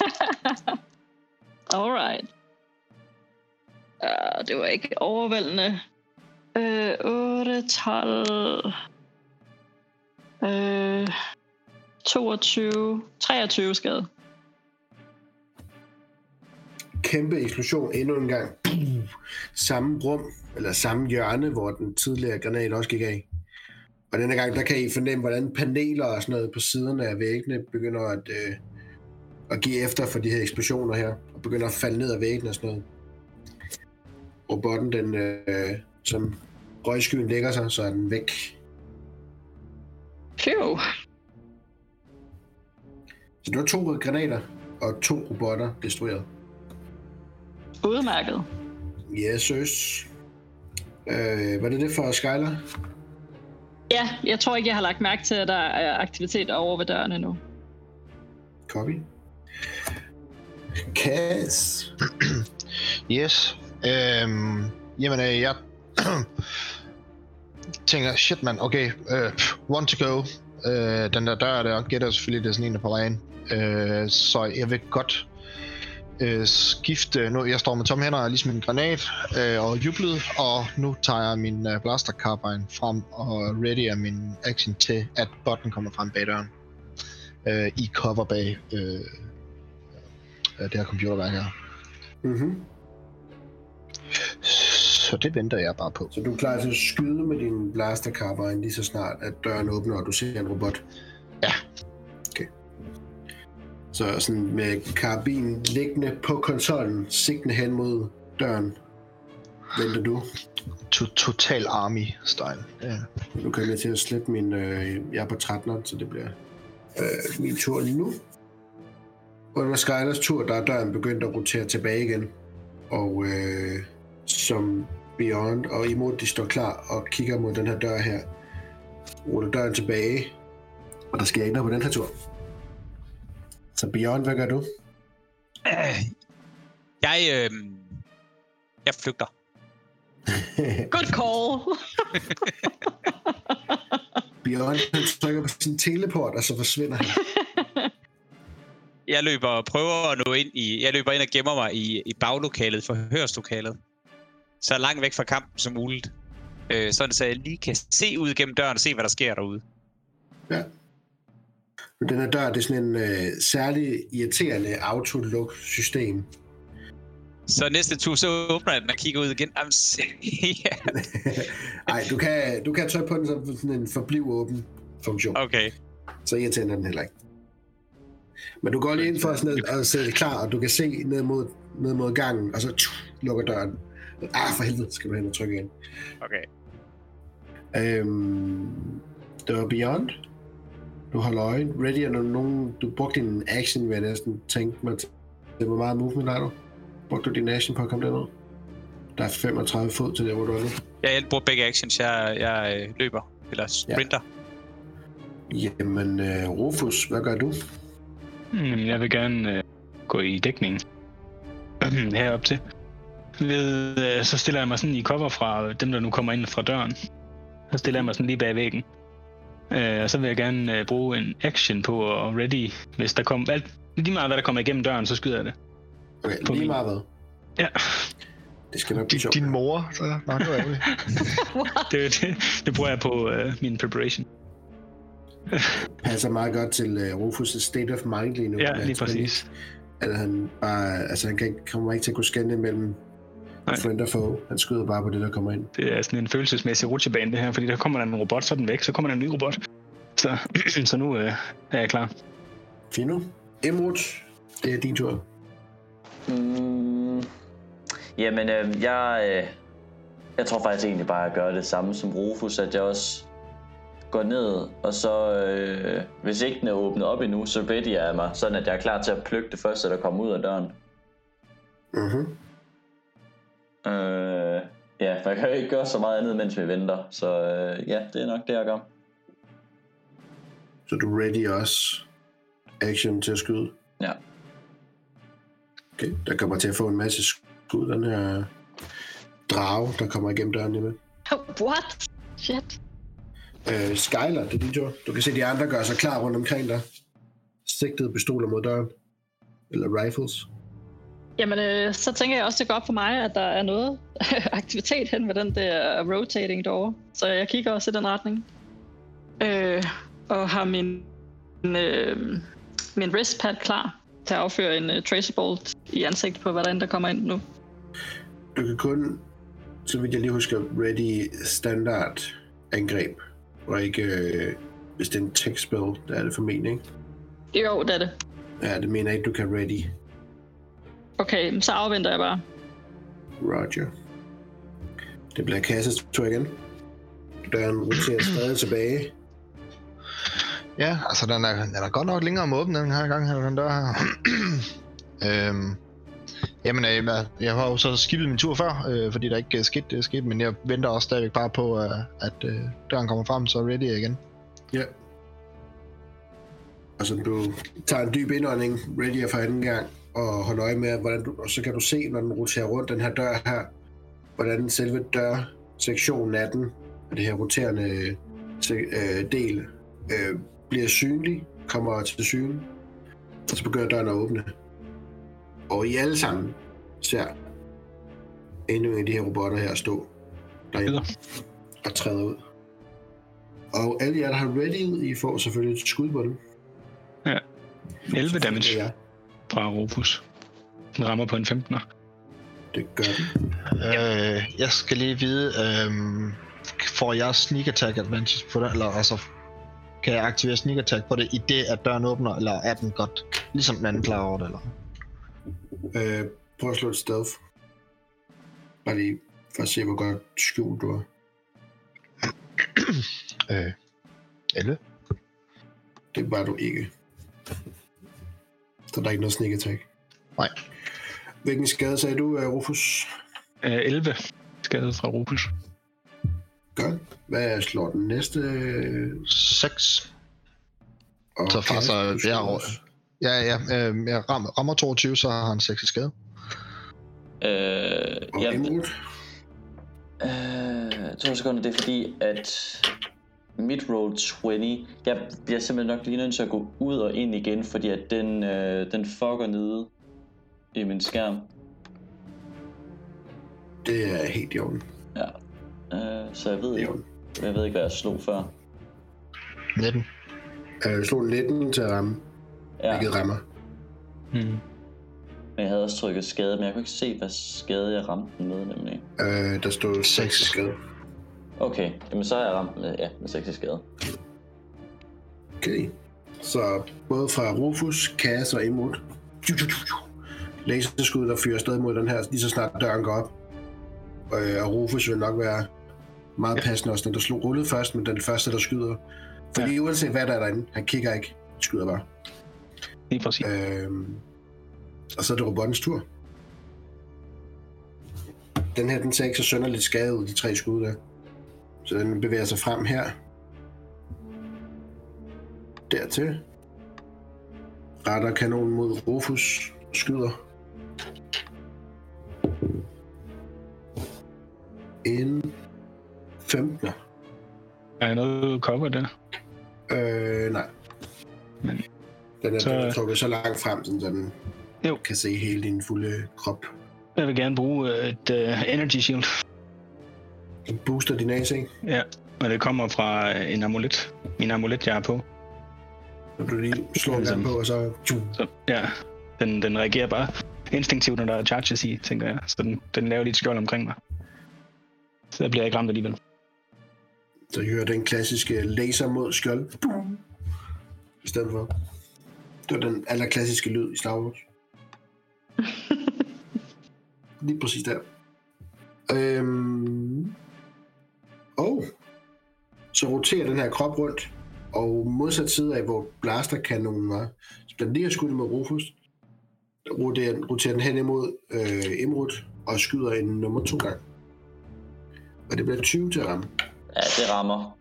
Alright. Det var ikke overvældende. 8, 12... 22... 23 skade. Kæmpe eksplosion endnu en gang. Samme rum, eller samme hjørne, hvor den tidligere granat også gik af. Og denne gang, der kan I fornemme, hvordan paneler og sådan noget på siderne af væggene begynder at give efter for de her eksplosioner her, og begynder at falde ned af væggene og sådan noget. Robotten, den, som røgskyen lægger sig, så er den væk. Phew. Så du har 2 granater og 2 robotter destrueret. Udmærket. Yes. Var det for Skyler? Ja, jeg tror ikke, jeg har lagt mærke til, at der er aktivitet over ved døren endnu. Copy. Cass. Yes. Jamen, jeg tænker, shit man, okay, one to go. Den der dør der gætter selvfølgelig, det er sådan en, der på vejen. Så jeg vil godt skifte. Nu, jeg står med tomme hænder og lige smidt en granat og jublet, og nu tager jeg min blaster carbine frem og ready er min action til, at botten kommer frem bag døren. I cover bag det her computerværk her. Mhm. Så det venter jeg bare på. Så du er klar til at skyde med din blaster carbine lige så snart, at døren åbner, og du ser en robot? Ja. Så sådan med karabinen liggende på konsollen, sigtende hen mod døren. Venter du? Total army-style. Ja. Nu kan jeg til at slette min... jeg er på 13'eren, så det bliver min tur nu. Under Skylers tur, der er døren begyndt at rotere tilbage igen. Og som Beyond og Imod, de står klar og kigger mod den her dør her. Ruller døren tilbage, og der sker ikke noget på den her tur. Så Beyond, hvad gør du? Jeg flygter. Good call! Beyond, han trykker på sin teleport, og så forsvinder han. Jeg løber ind og gemmer mig i baglokalet, forhørslokalet. Så langt væk fra kampen som muligt. Sådan så jeg lige kan se ud gennem døren og se, hvad der sker derude. Ja. Men den her dør, det er sådan en særlig irriterende autoluk-system. Så næste tur, så åbner jeg den og kigger ud igen. Ej, du kan trykke på den som sådan en forbliv åben funktion. Okay. Så irriterende er den heller ikke. Men du går lige ind for sådan at sætte klar, og du kan se ned mod gangen, og så lukker døren. For helvede, skal du hen og trykke igen. Okay. Det var Beyond. Du holder øje. Ready, er der nogen... Du brugte din action, vil jeg næsten tænke mig til. Det var meget movement, har du? Brugte du din action på at komme derned? Der er 35 fod til det, hvor du er nu. Jeg bruger begge actions. Jeg løber. Eller sprinter. Ja. Jamen, Rufus, hvad gør du? Jeg vil gerne gå i dækning herop til. Så stiller jeg mig sådan i cover fra dem, der nu kommer ind fra døren. Så stiller jeg mig sådan lige bag væggen. Og så vil jeg gerne bruge en action på at ready, hvis der kommer lige meget hvad der kommer igennem døren, så skyder jeg det. Okay, lige meget hvad? Ja. Det skal nok blive sjovt. Din mor, så det var ærgerligt. det bruger jeg på min preparation. Passer meget godt til Rufus' state of mind lige nu. Ja, lige præcis. At han bare, altså han kommer ikke til at kunne scanne imellem friend og foe. Han skyder bare på det, der kommer ind. Det er sådan en følelsesmæssig rutsjebane det her, fordi der kommer der en robot, så er den væk, så kommer der en ny robot. Så nu er jeg klar. Fino. Emrud, det er din tur. Jamen, jeg tror faktisk egentlig bare at gøre det samme som Rufus, at jeg også går ned, og så hvis ikke den er åbnet op endnu, så ready jeg mig, sådan at jeg er klar til at plukke det første, der kommer ud af døren. Ja, for jeg kan jo ikke gøre så meget andet, mens vi venter, så ja, det er nok det, jeg gør. Så du ready også action til at skyde? Ja. Okay, der kommer til at få en masse skud, den her drage, der kommer igennem døren lige med. What? Shit. Skyler, det er din tur. Du kan se, de andre gør sig klar rundt omkring dig. Sigtede pistoler mod døren. Eller rifles. Jamen, så tænker jeg også, det går op for mig, at der er noget aktivitet hen ved den der rotating derovre. Så jeg kigger også i den retning. Og har min wristpad klar til at afføre en traceable i ansigtet på, hvordan der kommer ind nu. Du kan kun, så vidt jeg lige husker, ready standard angreb. Og ikke, hvis det er en tech spell, der er det formentlig, ikke? Jo, det er det. Ja, det mener jeg ikke, du kan ready. Okay, så afventer jeg bare. Roger. Det bliver Kasses tur igen. Døren roterer stadig tilbage. Ja, altså den er godt nok længere om åben den her gang, den dør her. Jamen, jeg har jo så skippet min tur før, fordi der ikke skete det skete, men jeg venter også stadigvæk bare på, at døren kommer frem, så ready igen. Ja. Og så du tager en dyb indånding, ready for anden gang, og holder øje med, og så kan du se, når den roterer rundt den her dør her, hvordan selve dørsektionen af den, og det her roterende del, bliver synlig, kommer til syne, og så begynder døren at åbne. Og I alle sammen ser endnu en af de her robotter her stå derinde og træder ud. Og alle jer, der har ready, I får selvfølgelig et skud på den. Ja, 11 damage fra Rufus. Den rammer på en 15'er. Det gør den. Jeg skal lige vide, får jeg sneak attack advantage på den, eller altså kan jeg aktivere sneak attack på det, i det at døren åbner, eller er den godt, ligesom den anden klar over det, eller? Prøv at slå et stealth. Bare lige for at se, hvor godt skjult du er. 11. Det var du ikke. Så der er ikke noget sneak attack. Nej. Hvilken skade sagde du, Rufus? 11 skade fra Rufus. Godt. Hvad slår den næste? 6. Og Så faktisk jeg rammer 22, så har han 6 i skade. Og Imrud? 2 sekunder, det er fordi, at mid-roll 20, jeg bliver simpelthen nok lige nødt til at gå ud og ind igen, fordi at den fucker nede i min skærm. Det er helt i orden. Ja, så jeg ved ikke, hvad jeg slog før. 19. Slog 19 til at ramme, hvilket rammer. Men jeg havde også trykket skade, men jeg kunne ikke se, hvad skade jeg ramte den med, nemlig. Der stod 6 skade. Okay, jamen så har jeg ramt med 6 skade. Okay. Så både fra Rufus, Cass og Imrud. Laserskud, der fyrer stadig mod den her, lige så snart døren går op. Og Rufus vil nok være meget passende også, når der slog rullet først, men den første, der skyder. Fordi uanset hvad der er derinde, han kigger ikke, skyder bare. Lige præcis. Og så er det robottens tur. Den her, den ser ikke så sønderligt skade ud, de 3 skud der. Så den bevæger sig frem her. Dertil. Retter kanonen mod Rufus. Skyder. En 15'er. Er der noget cover der? Nej. Men den er trukket så langt frem, så den kan se hele din fulde krop. Jeg vil gerne bruge et energy shield. Den booster din AC. Ja, og det kommer fra en amulet. Min amulet, jeg er på. Når du lige slår den på, og så... Ja, den reagerer bare instinktivt, når der er charges i, tænker jeg. Så den laver lige et skjold omkring mig. Så der bliver jeg ikke ramt alligevel. Så hører den klassiske laser mod skjold. I stedet for. Det var den allerklassiske lyd i Star Wars. Lige præcis der. Og så roterer den her krop rundt, og modsat side af, hvor blasterkanonen var, så bliver den lige skudt med Rufus, roterer den hen imod Imrud, og skyder en nummer 2 gang. Og det bliver 20 til at ramme. Ja, det rammer.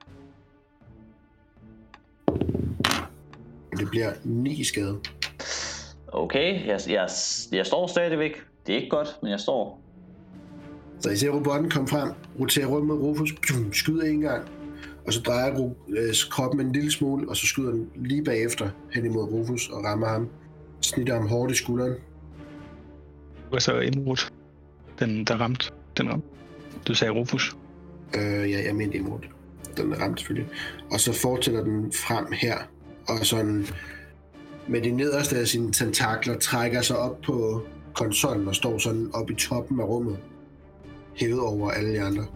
Og det bliver 9 skade. Okay, jeg står stadigvæk. Det er ikke godt, men jeg står. Så I ser robotten komme frem, roterer rundt med Rufus, skyder en gang, og så drejer kroppen en lille smule, og så skyder den lige bagefter hen imod Rufus og rammer ham. Snitter ham hårdt i skulderen. Hvad så Imrud? Den ramte. Du sagde Rufus. Ja, jeg mente Imrud. Den ramte selvfølgelig. Og så fortsætter den frem her, og sådan med de nederste af sine tentakler trækker sig op på konsollen og står sådan op i toppen af rummet, hævet over alle de andre.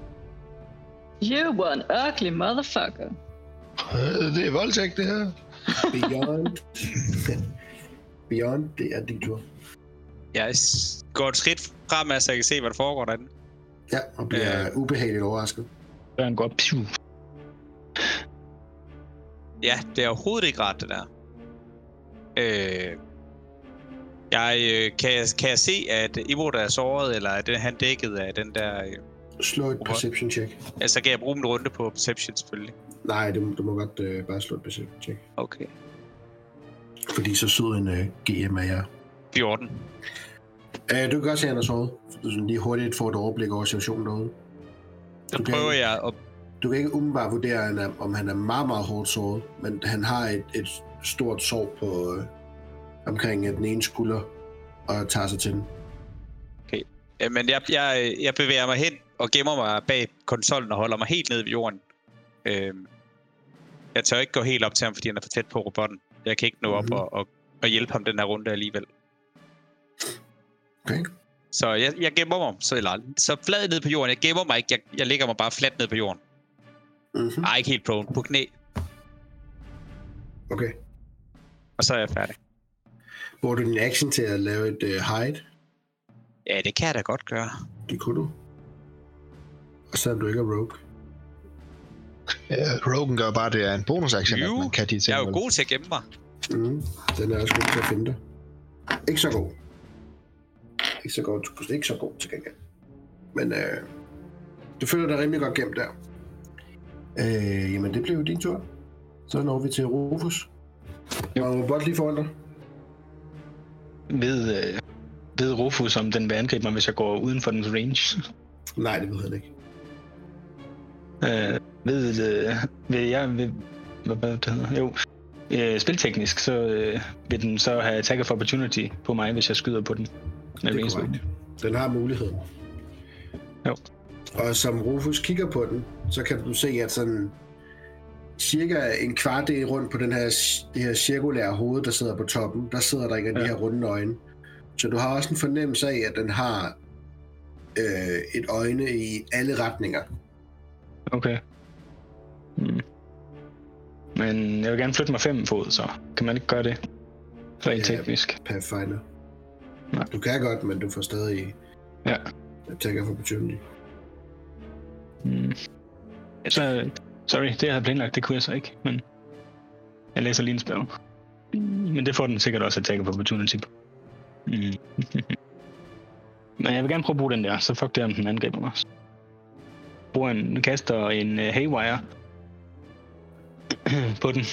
You one ugly motherfucker. Det er voldtægt, det her. Beyond, det er din tur. Jeg går et skridt fremad, så jeg kan se, hvad der foregår derinde. Ja, og bliver ubehageligt overrasket. Den går piu. Ja, det er overhovedet ikke ret, det der. Kan jeg se, at Imrud er såret, eller er han dækket af den der... Slå et perception check. Altså, kan jeg bruge en runde på perception, selvfølgelig? Nej, du må godt bare slå et perception check. Okay. Fordi så sød en GM er jeg. 14. Du kan godt se, at han er såret. Du sådan lige hurtigt får et overblik over situationen derude. Så prøver jeg at... Du kan ikke umiddelbart vurdere, om han er meget, meget hårdt såret, men han har et stort sår på omkring den ene skulder, og tager sig til den. Okay. Men jeg bevæger mig hen og gemmer mig bag konsollen og holder mig helt nede ved jorden. Jeg tør ikke gå helt op til ham, fordi han er for tæt på robotten. Jeg kan ikke nå op og hjælpe ham den her runde alligevel. Okay. Så jeg gemmer mig, så flad ned på jorden. Jeg gemmer mig ikke, jeg lægger mig bare fladt ned på jorden. Ikke helt prone, på knæ. Okay. Og så er jeg færdig. Bruger du din action til at lave et hide? Ja, det kan jeg da godt gøre. Det kunne du. Og så er du ikke rogue. Rogen gør bare, det er en bonus-action, at man kan de ting. Jeg er jo god til at gemme mig. Den er også god til at finde dig. Ikke så god. Ikke så god til gengæld. Men du føler dig rimelig godt gemt der. Jamen det blev jo din tur. Så når vi til Rufus. Og robot lige foran dig. Ved Rufus, om den vil angribe mig, hvis jeg går uden for dens range? Nej, det ved han ikke. Hvad det hedder? Jo. Spilteknisk, så vil den så have attack of opportunity på mig, hvis jeg skyder på den. Den har muligheden. Jo. Og som Rufus kigger på den, så kan du se, at sådan cirka en kvart rundt på det her cirkulære hoved, der sidder på toppen, der sidder der ikke af de her runde øjne. Så du har også en fornemmelse af, at den har et øjne i alle retninger. Okay. Men jeg vil gerne flytte mig 5 fod, så kan man ikke gøre det rent teknisk? Pathfinder. Nej. Du kan godt, men du får stadig attack of opportunity. Så, sorry, det jeg havde planlagt, det kunne jeg så ikke, men jeg læser lige en spil. Men det får den sikkert også attack of opportunity på. Men jeg vil gerne prøve at bruge den der, så fuck det, om den angriber mig. Bruger en kaster en haywire på den.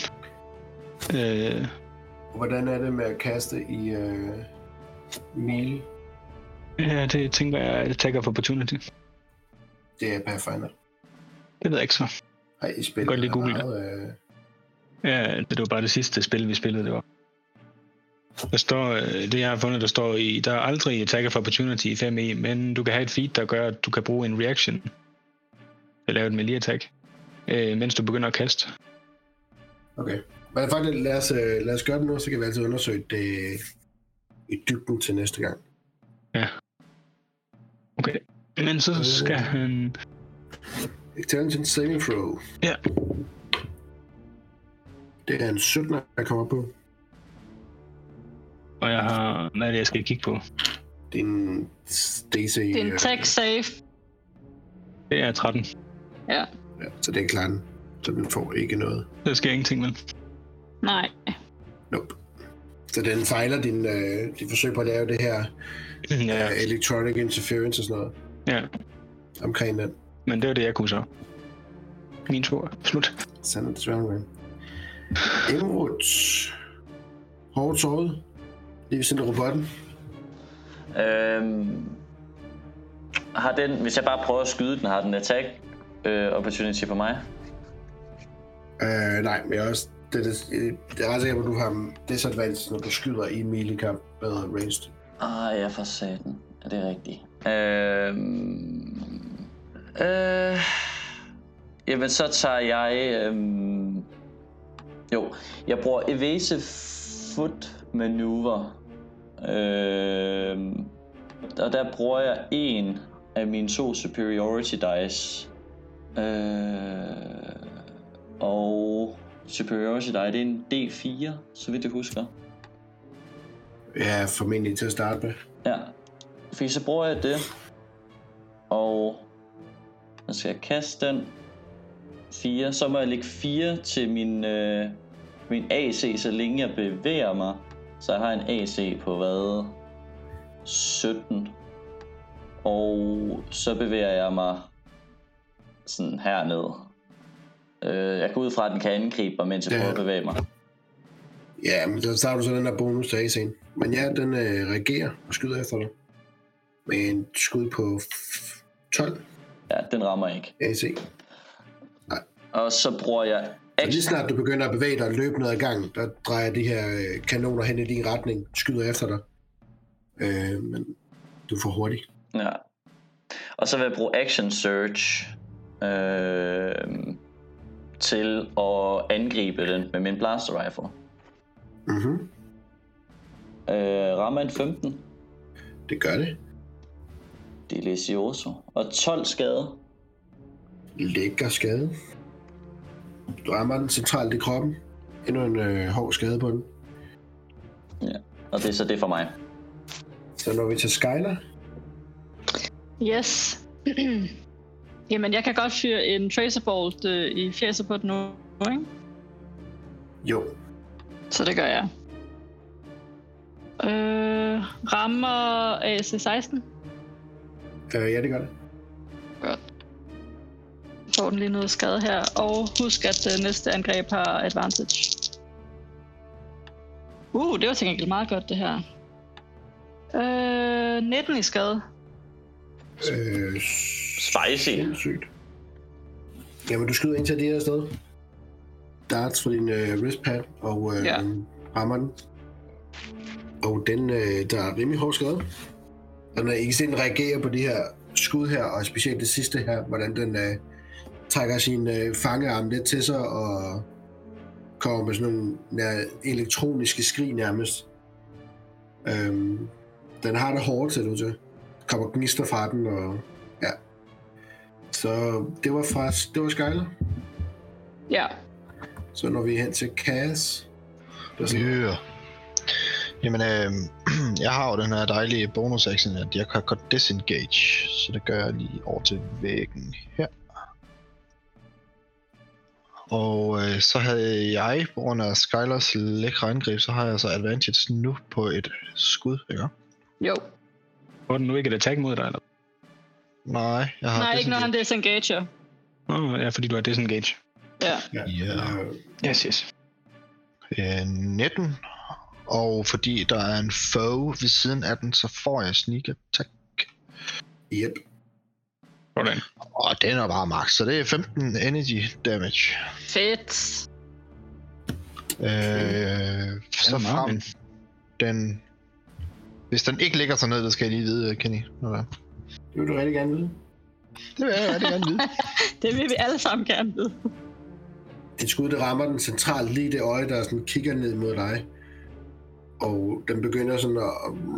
Hvordan er det med at kaste i melee? Ja, det tænker jeg er attack of opportunity. Det er Pathfinder. Det ved jeg ikke så. Ej, I spiller godt lige google det. Ja, det var bare det sidste spil, vi spillede, det var. Der står, det jeg har fundet, der står i, der er aldrig attack of opportunity i 5e, men du kan have et feat, der gør, at du kan bruge en reaction til at lave et melee attack, mens du begynder at kaste. Okay. Men faktisk, lad os gøre det nu, så kan vi altid undersøge det i dybden til næste gang. Ja. Okay. Men så skal han... Intelligence saving throw. Ja. Det er en 17, jeg kommer på. Og jeg har... Hvad er det, jeg skal kigge på? Det er en DC... Det er en tech save. Det er 13. Ja. Så det er klart, så den får ikke noget. Der sker ingenting, vel? Nej. Nope. Så den fejler de forsøg på at lave det her electronic interference og sådan noget. Ja. Omkring den. Men det var det, jeg kunne så. Min tur. Slut. Sand det desværre med. Emerald. Hårdt såret. Lige ved siden af robotten. Har den, hvis jeg bare prøver at skyde den, har den attack opportunity på mig? Nej, men jeg er også... Det er ret sikker på, at du har disadvantage, når du skyder i melee-kamp med ranged. Ja, for satan. Er det rigtigt? Jamen, så tager jeg... jeg bruger evasive foot maneuver. Og der bruger jeg en af mine 2 superiority dice. Og superiority die, det er en D4, så vidt jeg husker. Ja, formentlig til at starte med. Ja, fordi så bruger jeg det. Og så skal jeg kaste den 4. Så må jeg lægge 4 til min AC, så længe jeg bevæger mig. Så jeg har en AC på hvad? 17. Og så bevæger jeg mig sådan herned. Jeg går ud fra, at den kan angribe mig, mens jeg prøver at bevæge mig. Ja, men så starter du så den der bonus til AC'en. Men ja, den reagerer og skyder efter dig. Med en skud på 12. Ja, den rammer ikke. AC. Nej. Og så bruger jeg... Så lige snart du begynder at bevæge dig og løbe ned ad gangen, der drejer de her kanoner hen i din retning, skyder efter dig. Men du får hurtigt. Ja. Og så vil jeg bruge Action Surge til at angribe den med min blaster rifle. Mhm. Rammer en 15. Det gør det. Delicioso. Og 12 skade. Lækker skade. Du rammer den centralt i kroppen. Endnu en hård skade på den. Ja, og det er så det for mig. Så når vi til Skyler. Yes. Jamen, jeg kan godt fyre en Tracerbolt i fjeset på den nu, ikke? Jo. Så det gør jeg. Rammer AC-16? Ja, det gør det. Godt. Får den lige noget skade her. Og husk, at næste angreb har advantage. Det var til gengæld meget godt, det her. 19 i skade. Spicy. Sygt. Jamen, du skyder ind til det her sted. Darts for din wristpad, og rammer den. Og den, der er rimelig hård skade. Og når I kan se, den reagerer på det her skud her, og specielt det sidste her, hvordan den trækker sin fangearm lidt til sig, og kommer med sådan nogle elektroniske skrig nærmest. Den har det hårdt, ser det ud til. Kommer gnister fra den, og ja. Så det var Skyler. Ja. Så når vi er hen til Cass. Yeah. Jamen, jeg har jo den her dejlige bonus-action, at jeg kan godt disengage, så det gør jeg lige over til væggen her. Og så havde jeg, på grund af Skylers lækre angreb, så har jeg så advantage nu på et skud, ikke? Jo. Var den nu ikke et attack mod dig, eller? Nej, jeg har Nej, ikke når han disengager. Ja, fordi du har disengage. Ja. Yes. 19. Og fordi der er en foe ved siden af den, så får jeg sneak attack. Yep. Sådan. Og den er bare max, så det er 15 energy damage. Fedt. Så frem den... Hvis den ikke ligger så ned, det skal jeg lige vide, Kenny. Okay. Det vil du rigtig gerne vide. Det vil jeg rigtig gerne vide. Det vil vi alle sammen gerne vide. Et skud, der rammer den centralt lige det øje, der sådan kigger ned mod dig. Og den begynder sådan at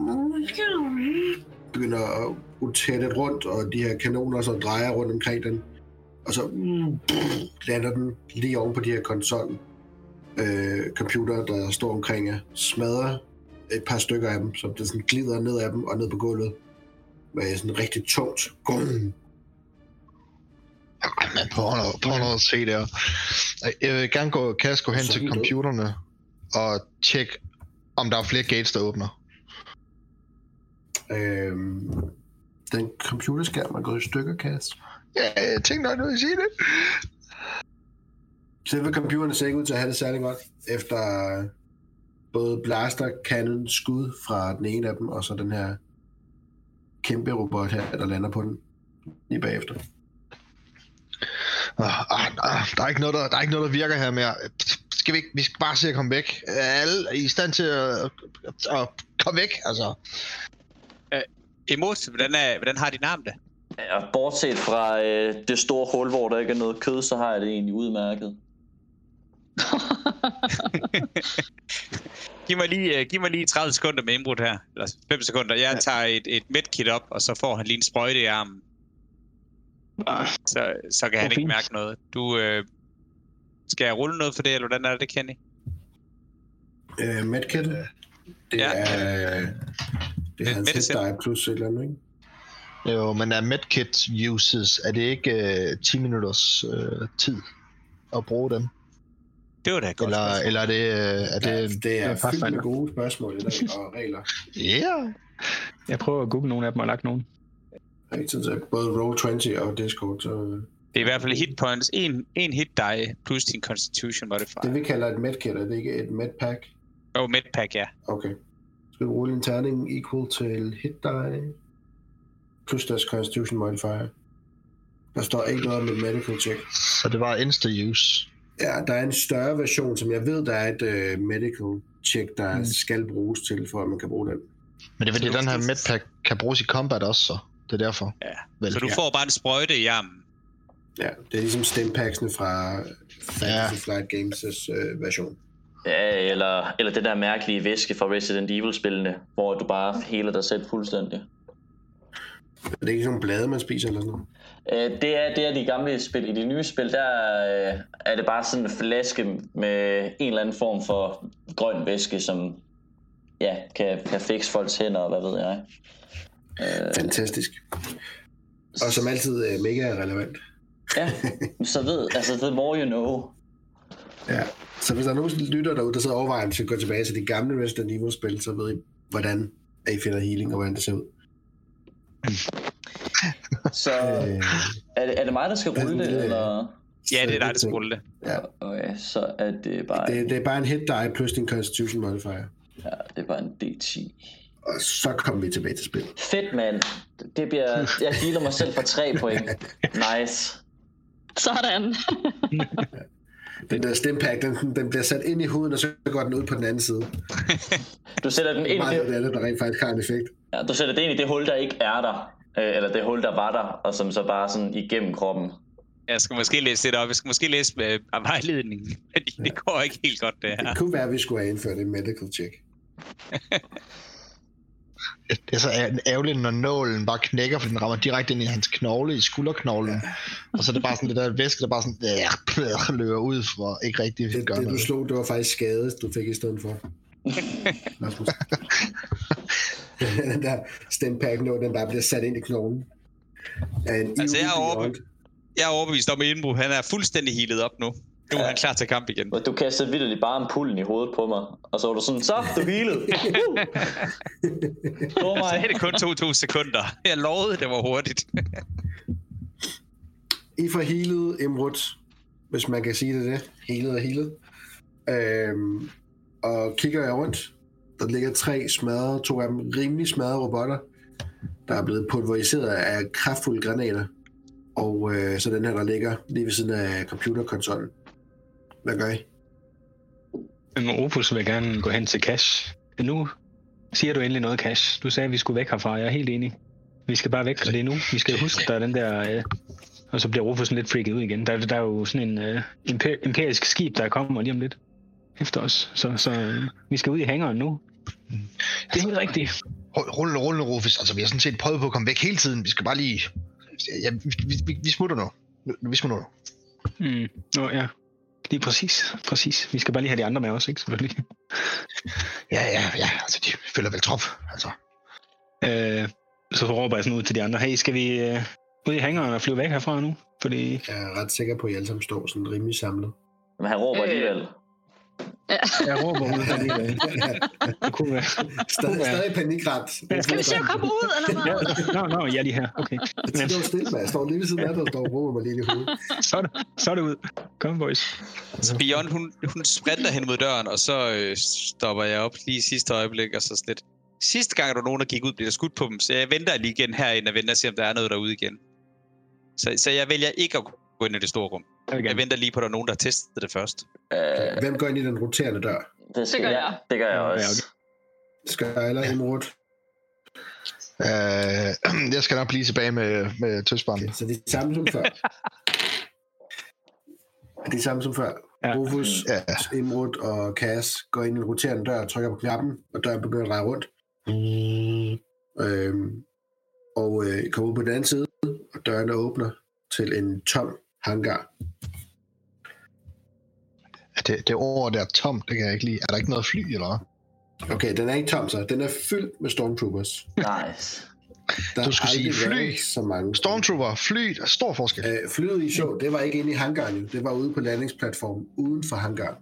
rotere lidt rundt, og de her kanoner så drejer rundt omkring den. Og så lander den lige oven på de her computer, der står omkring jer. Smadrer et par stykker af dem, så det sådan glider ned af dem og ned på gulvet. Med sådan rigtig tungt. Men prøv noget at se der. Jeg vil gerne gå hen til computerne og tjekke, om der er flere gates, der åbner. Den computerskærm er gået i stykker, Cass. Ja, jeg tænkte nok, du ville sige det. Selve computeren ser ikke ud til at have det særlig godt, efter både blaster, cannon, skud fra den ene af dem, og så den her kæmpe robot her, der lander på den lige bagefter. Der er ikke noget, der virker her mere. Vi skal bare se at komme væk. Alle er i stand til at komme væk, altså. Emot, hvordan har din arm det? Ja, bortset fra det store hul, hvor der ikke er noget kød, så har jeg det egentlig udmærket. Giv mig lige 30 sekunder med indbrud her. Eller 5 sekunder. Jeg tager et medkit op, og så får han lige en sprøjte i armen. Så kan han ikke mærke noget. Skal jeg rulle noget for det, eller hvordan er det, Kenny? Medkit? Det er hans hit die plus et eller andet, ikke? Jo, men er medkit uses, er det ikke 10 minutters tid at bruge dem? Det var da et godt spørgsmål. Eller det er fyldt med gode spørgsmål og regler. Ja. Jeg prøver at google nogle af dem og lagt nogle. Både Roll20 og Discord, så... Det er i hvert fald hit points. En hit die plus din constitution modifier. Det vi kalder et medkit, er det ikke et medpack? Medpack, ja. Okay. Skal du rulle en terning equal til hit die plus deres constitution modifier. Der står ikke noget om et medical check. Så det var insta-use? Ja, der er en større version, som jeg ved, der er et medical check, der skal bruges til, for at man kan bruge den. Men det er fordi, den her medpack kan bruges i combat også, så det er derfor. Ja. Så du får bare en sprøjte i armen. Ja, det er ligesom stimpacksene fra Fantasy Flight Games' version. Ja, eller det der mærkelige væske fra Resident Evil-spillene, hvor du bare heler dig selv fuldstændig. det ikke sådan nogle blade, man spiser eller sådan noget? Det er de gamle spil. I de nye spil, der er det bare sådan en flaske med en eller anden form for grøn væske, som kan fikse folks hænder, og hvad ved jeg. Fantastisk. Og som altid mega relevant. Ja, så the more you know. Ja, så hvis der er nogen lytter derude, der sidder overvejer, at vi skal gå tilbage til de gamle Resident Evil-spil, så ved I, hvordan I finder healing, og hvordan det ser ud. Så er det mig, der skal rulle det, eller? Ja, det er dig, der skal rulle det. Ja. Okay, så er det bare... Det er bare en hit die plus din Constitution modifier. Ja, det er bare en D10. Og så kommer vi tilbage til spil. Fedt, mand. Jeg healer mig selv for 3 point. Nice. Sådan. Den der stimpack, den bliver sat ind i huden, og så går den ud på den anden side. Du sætter den ind i det. Det der rent faktisk har en effekt. Ja, du sætter det ind i det hul, der ikke er der. Eller det hul, der var der, og som så bare sådan igennem kroppen. Jeg skal måske læse det op. Jeg skal måske læse vejledningen. Fordi det går ikke helt godt, det her. Det kunne være, at vi skulle have indført en medical check. Det er så ærgerligt, når nålen bare knækker, for den rammer direkte ind i hans knogle, i skulderknoglen. Ja. Og så er det bare sådan det der væske, der bare sådan løber ud for ikke rigtig gøre det noget. Du slog, det var faktisk skade, du fik i stedet for. Den der stimpack, den bare bliver sat ind i knoglen. Altså, jeg er overbevist om, at Indbro, han er fuldstændig healet op nu. Nu er han klar til kamp igen. Du kastede vildt bare ampullen i hovedet på mig, og så var du sådan, så du healed. Så er det kun 2 sekunder. Jeg lovede, det var hurtigt. I får healet Imrud, hvis man kan sige det. Healet. Og kigger jeg rundt. Der ligger 3 smadrede, 2 af dem rimelig smadrede robotter, der er blevet pulveriseret af kraftfulde granater. Og så den her, der ligger lige ved siden af computerkonsollen. Hvad gør I? Opus vil gerne gå hen til Cash. Nu siger du endelig noget, Cash. Du sagde, at vi skulle væk herfra. Jeg er helt enig. Vi skal bare væk fra det nu. Vi skal huske, der er den der... og så bliver Opus lidt freaket ud igen. Der er jo sådan en imperisk skib, der kommer lige om lidt efter os. Så vi skal ud i hangaren nu. Det er helt rigtigt. Rulle, Rufus. Altså, vi har sådan set prøvet på at komme væk hele tiden. Vi skal bare lige... Ja, vi smutter nu. Vi smutter nu. Ja. Lige præcis. Vi skal bare lige have de andre med os, ikke? Selvfølgelig. Ja. Altså, de følger vel trop, altså. Så råber jeg sådan ud til de andre. Hey, skal vi ud i hangaren og flyve væk herfra nu? Fordi... Jeg er ret sikker på, at I alle sammen står sådan rimelig samlet. Men han råber alligevel. Jeg råber ud alligevel. Det kunne være. Stadig panikret. Skal vi se at komme ud, eller hvad? Nå, jeg er lige her. Okay. Det er jo stille, man. Jeg står lige ved siden af dig og står og råber mig lige i hovedet. Så er det ud. Kom, boys. Så Beyond, hun sprinter hen mod døren, og så stopper jeg op lige i sidste øjeblik, og så lidt. Sidste gang, der nogen, der gik ud, blev der skudt på dem, så jeg venter lige igen herinde og venter og se, om der er noget derude igen. Så jeg vælger ikke at gå ind i det store rum. Jeg venter lige på, at der er nogen, der har testet det først. Hvem går ind i den roterende dør? Det gør jeg. Det gør jeg også. Skyler, Imrud. Jeg skal nok blive tilbage med tøsbarnet. Okay, så det er samme som før. Ja. Rufus, Imrud og Cass går ind i en roterende dør og trykker på knappen, og døren begynder at dreje rundt. Og kommer ud på den anden side, og dørene åbner til en tom hangar. Det ord der tom, det kan jeg ikke lide. Er der ikke noget fly, eller hvad? Okay, den er ikke tom, så. Den er fyldt med stormtroopers. Nice. Du skulle sige fly. Så mange. Stormtrooper, fly, der er stor forskel. Flyet I så, det var ikke inde i hangaren jo. Det var ude på landingsplatformen, uden for hangaren.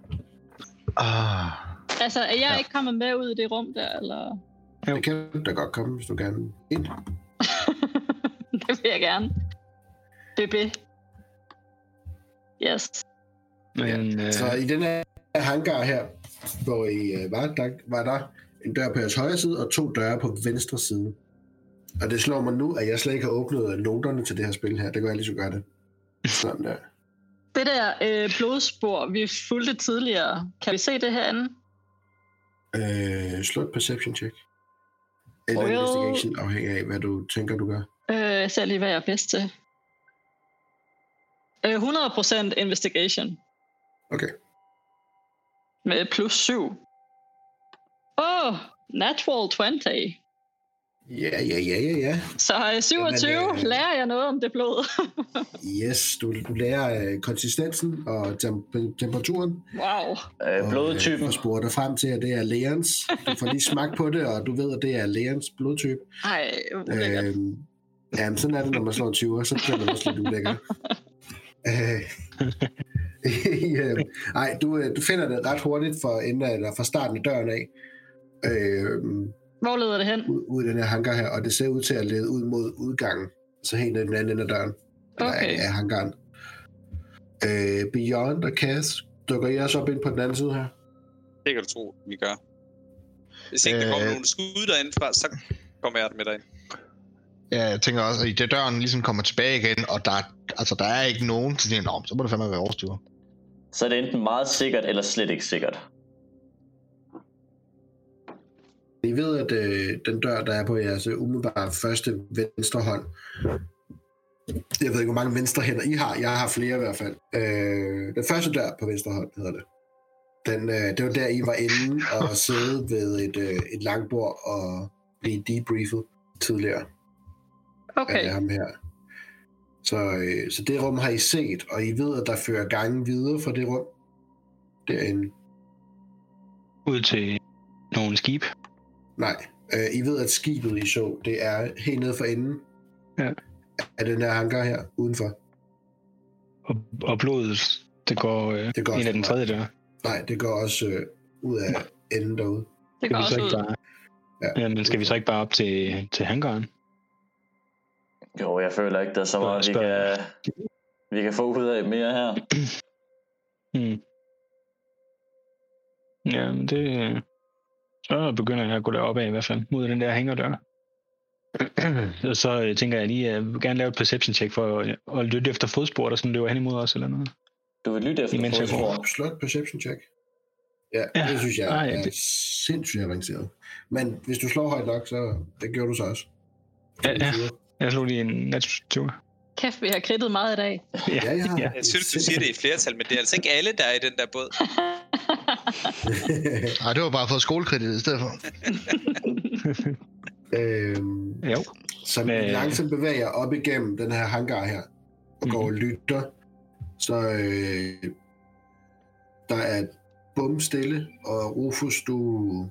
Altså, er jeg ikke kommet med ud i det rum der, eller? Det kan du da godt komme, hvis du gerne ind. Det vil jeg gerne. BB. Yes. Men, Så i den her hangar her, hvor I var der en dør på jeres højre side, og 2 døre på venstre side. Og det slår mig nu, at jeg slet ikke har åbnet noterne til det her spil her. Det kan jeg lige så gøre det. Sådan der. Det der blodspor, vi fulgte tidligere, kan vi se det herinde? Slå et perception check. Eller investigation, afhængig af, hvad du tænker, du gør. Jeg ser lige, hvad jeg er bedst til. 100% investigation. Okay. Med +7. Natural 20. Ja. Så 27 lærer jeg noget om det blod. Yes, du lærer konsistensen og temperaturen. Wow. Blodtypen. Og sporer dig frem til, at det er Leons. Du får lige smagt på det, og du ved, at det er Leons blodtype. Ej, ulækkert. Jamen, sådan er det, når man slår 20'er, så bliver man også lidt ulækker. Du finder det ret hurtigt fra starten af døren af. Hvor leder det hen? Ud i den her hangar her, og det ser ud til at lede ud mod udgangen. Så helt ned den anden ende af døren. Okay. Af hangaren. Beyond og Cass, dukker I også op ind på den anden side her? Det kan du tro, vi gør. Hvis ikke der kommer nogen skud derindefra, så kommer jeg med derind. Ja, jeg tænker også, at i det døren ligesom kommer tilbage igen, og der er ikke nogen, så må det fandme være overstyret. Så er det enten meget sikkert, eller slet ikke sikkert. I ved, at den dør, der er på jeres umiddelbart første venstre hånd, jeg ved ikke, hvor mange venstre hænder I har. Jeg har flere i hvert fald. Den første dør på venstre hånd hedder det. Det var der, I var inde og sidde ved et langbord og blive debriefet tidligere. Okay. Af ham her. Så det rum har I set, og I ved, at der fører gangen videre fra det rum derinde. Ud til nogle skib? Nej. I ved, at skibet I så, det er helt nede for enden af den her hangar her, udenfor. Og blodet, det går ind af den tredje dør? Nej, det går også ud af enden derude. Det går også ud. Ja, men skal vi så ikke bare op til hangaren? Jo, jeg føler ikke, der er så meget, vi kan få ud af mere her. Ja, men det... Så begynder jeg at gå derop af i hvert fald, mod den der hængerdør. Og så tænker jeg lige, at jeg vil gerne lave et perception check for at lytte efter fodspor, der sådan løber hen imod os eller noget. Du vil lytte efter fodspor? Slå et perception check. Ja, det synes jeg er sindssygt avanceret. Men hvis du slår højt nok, så det gjorde du så også. Ja. Jeg slog lige en natur. Kæft, vi har kridtet meget i dag. Ja. Jeg synes, du siger det i flertal, men det er altså ikke alle, der er i den der båd. Nej, det var bare fået skolekredit i stedet for. Jo. Så langsomt bevæger jeg op igennem den her hangar her, og går og lytter. Så der er bum stille, og Rufus, du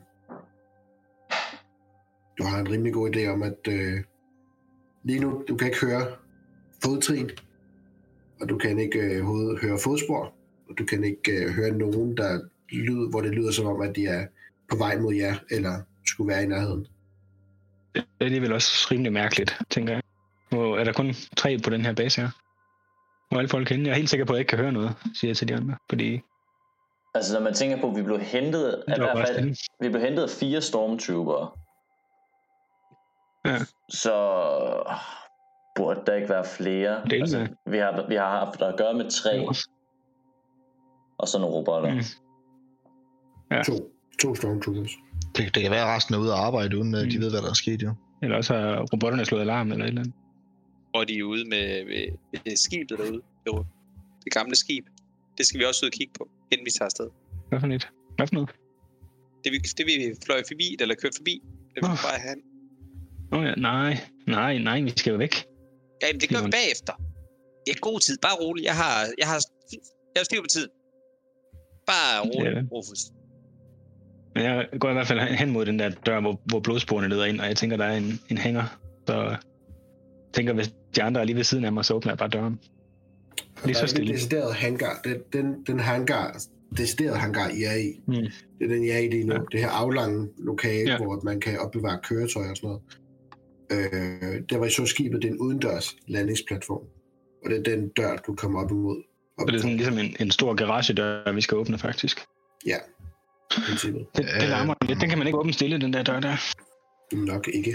har en rimelig god idé om, at lige nu, du kan ikke høre fodtrin, og du kan ikke høre fodspor, og du kan ikke høre nogen, hvor det lyder som om, at de er på vej mod jer, eller skulle være i nærheden. Det er alligevel også rimelig mærkeligt, tænker jeg. Og er der kun 3 på den her base her? Og alle folk henne. Jeg er helt sikker på, at jeg ikke kan høre noget, siger jeg til de andre, fordi... Altså, når man tænker på, at vi blev hentet... Vi blev hentet af 4 stormtroopere. Ja. Så... burde der ikke være flere. Altså, vi har haft at gøre med 3. Og så nogle robotter. Ja. 2 stormtroopers. Det kan være, at resten er ude og arbejde, uden at de ved, hvad der er sket, jo. Eller også har robotterne slået alarm eller et eller andet. Og de er ude med skibet derude. Det gamle skib. Det skal vi også ud og kigge på, inden vi tager afsted. Hvad for noget? Det vi fløj forbi, eller kørte forbi. Det vil bare have. Ja, nej, vi skal jo væk. Ja, men det gør vi bagefter. Det er god tid, bare rolig. Jeg har styr på tiden. Bare rolig, Rufus. Men jeg går i hvert fald hen mod den der dør, hvor blodsporene leder ind, og jeg tænker, der er en hænger. Så jeg tænker, hvis de andre er lige ved siden af mig, så åbner jeg bare døren. Lige så stille. Det er decideret hangar. Den hangar, decideret hangar, I er i. Det er den, I er i lige nu. Det her aflange lokale, hvor man kan opbevare køretøjer og sådan noget. Der var I så skibet, det er en udendørs landingsplatform. Og det er den dør, du kommer op imod. Så det er sådan ligesom en stor garagedør, vi skal åbne faktisk. Ja, i princippet. Det larmer lidt. Den kan man ikke åbne stille, den der dør der. Nok ikke.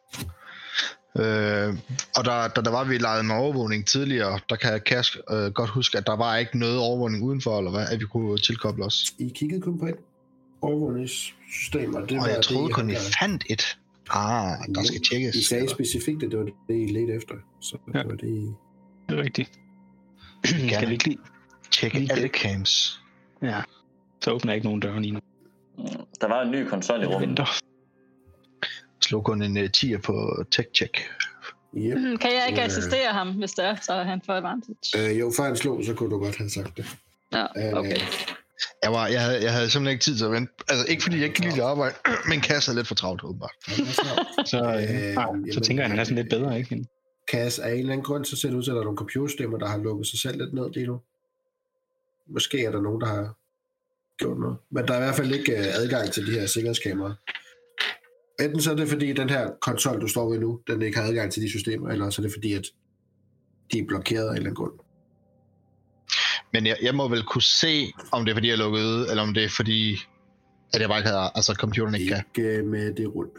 Og da var vi leget med overvågning tidligere, der kan Cass godt huske, at der var ikke noget overvågning udenfor, eller hvad, at vi kunne tilkoble os. I kiggede kun på et overvågningssystem, og det var jeg troede kun, vi fandt et. Der skal tjekkes. I sagde specifikt, at det var det, I ledte efter. Så det var det, det er rigtigt. Skal vi ikke lige tjekke alle cams? Ja, så åbner jeg ikke nogen døre lige nu. Der var en ny konsol i rummet. Slå kun en 10'er på tech-check. Yep. Kan jeg ikke assistere ham, hvis det er, så han får advantage? Jo, før han slog, så kunne du godt have sagt det. Ja, okay. Jeg havde simpelthen ikke tid til at vente. Altså ikke fordi jeg ikke kan lide arbejde, men Cass er lidt for travlt, åbenbart. Så tænker jeg, han er sådan lidt bedre, ikke? Cass, af en eller anden grund, så ser det ud til, at der er nogle computerstemmer, der har lukket sig selv lidt ned lige nu. Måske er der nogen, der har gjort noget. Men der er i hvert fald ikke adgang til de her sikkerhedskameraer. Enten så er det fordi, den her konsol, du står ved nu, den ikke har adgang til de systemer, eller så er det fordi, at de er blokeret af en eller anden grund. Men jeg må vel kunne se, om det er fordi, jeg er lukket ude, eller om det er fordi, at jeg bare ikke havde, altså computeren ikke kan. Ikke med det rundt.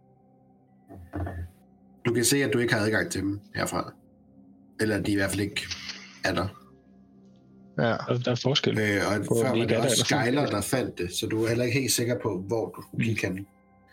Du kan se, at du ikke har adgang til dem herfra. Eller at de i hvert fald ikke er der. Ja. Der er forskel. Og før var det også Skyler, der fandt det, så du er heller ikke helt sikker på, hvor du skulle kigge hen.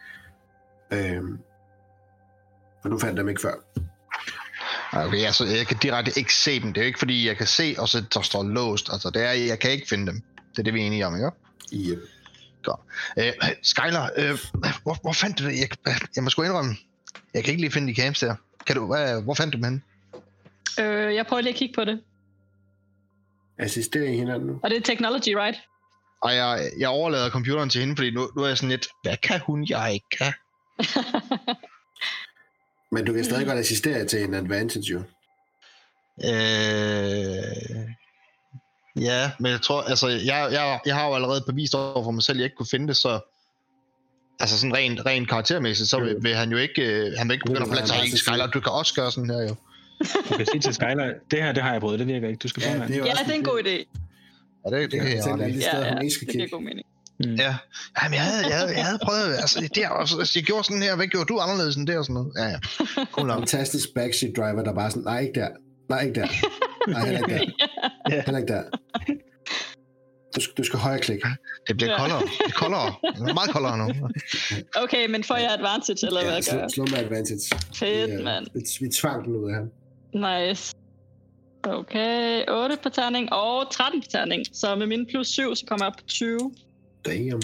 For du fandt dem ikke før. Okay, altså jeg kan direkte ikke se dem. Det er jo ikke fordi, jeg kan se, og så der står låst. Altså det er, jeg kan ikke finde dem. Det er det, vi er enige om, ikke? Yep. Godt. Skyler, hvor fandt du det? Jeg må sgu indrømme, jeg kan ikke lige finde de camps der. Hvor fandt du dem henne? Jeg prøver lige at kigge på det. Assisterer I hinanden nu? Og det er technology, right? Og jeg overlader computeren til hende, fordi nu er jeg sådan lidt, hvad kan hun, jeg ikke kan? Men du kan stadig godt assistere til en advantage, jo. Ja, men jeg tror, altså, jeg har jo allerede bevist over for mig selv, at jeg ikke kunne finde det, så altså sådan rent karaktermæssigt, så vil han jo ikke, han vil ikke begynde at blande sig i Skyler. Du kan også gøre sådan her, jo. Du kan sige til Skyler, det her, det har jeg prøvet, det virker ikke, du skal få med. Ja, det er en god idé. Ja, det kan jeg tænke, at det giver god mening. Ja, jamen jeg havde prøvet, altså det og jeg gjorde sådan her, hvad gjorde du anderledes end det og sådan noget? Ja. Cool. Fantastisk backseat driver, der bare sådan, nej ikke der, nej ikke der, nej heller ikke der, heller ikke der. Du skal højre klik. Det bliver koldere, det er koldere, det er meget koldere nu. Okay, men får jeg advantage, eller hvad gør jeg? Slå med advantage. Fedt, mand. Vi tvang den ud af ham. Nice. Okay, 8 på terning og 13 på terning. Så med min plus 7, så kommer jeg op på 20. Damn.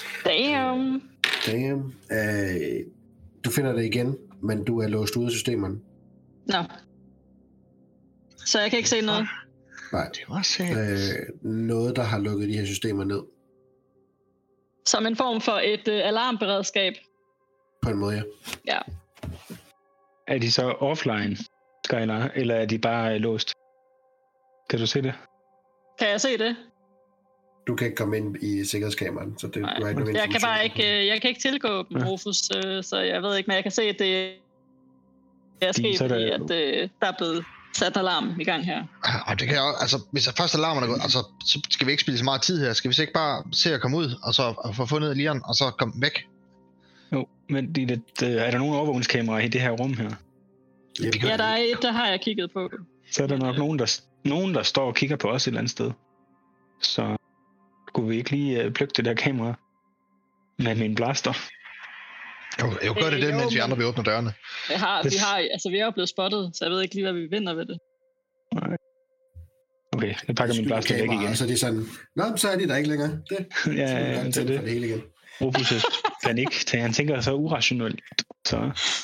Du finder det igen, men du er låst ude af systemerne. Nå. Så jeg kan ikke se noget? Nej. Det var sandt. Noget, der har lukket de her systemer ned. Som en form for et alarmberedskab? På en måde, ja. Er de så offline, Skyler, eller er de bare låst? Kan du se det? Kan jeg se det? Du kan ikke komme ind i sikkerhedskameraen, så det du har ikke jeg kan bare ikke, jeg kan ikke tilgå dem, Rufus, så jeg ved ikke, men jeg kan se, at det er sket, fordi at der er blevet sat alarm i gang her. Og det kan jeg, altså, hvis først alarmen er gået, altså, så skal vi ikke spille så meget tid her. Skal vi så ikke bare se at komme ud, og så få fundet lieren, og så komme væk? Jo, men er der nogle overvågningskameraer i det her rum her? Ja, der er et, der har jeg kigget på. Så er der nok nogen, der står og kigger på os et eller andet sted. Så skulle vi ikke lige plukke det der kamera med min blaster? Jo, gør det, mens vi andre vil åbne dørene. Vi er jo blevet spottet, så jeg ved ikke lige, hvad vi vinder ved det. Nej. Okay, jeg pakker min blaster væk igen. Så er de sådan, nå, så er de der ikke længere. Det ja, det er det. Det hele igen. Rufus' panik, han tænker så urationelt. Så.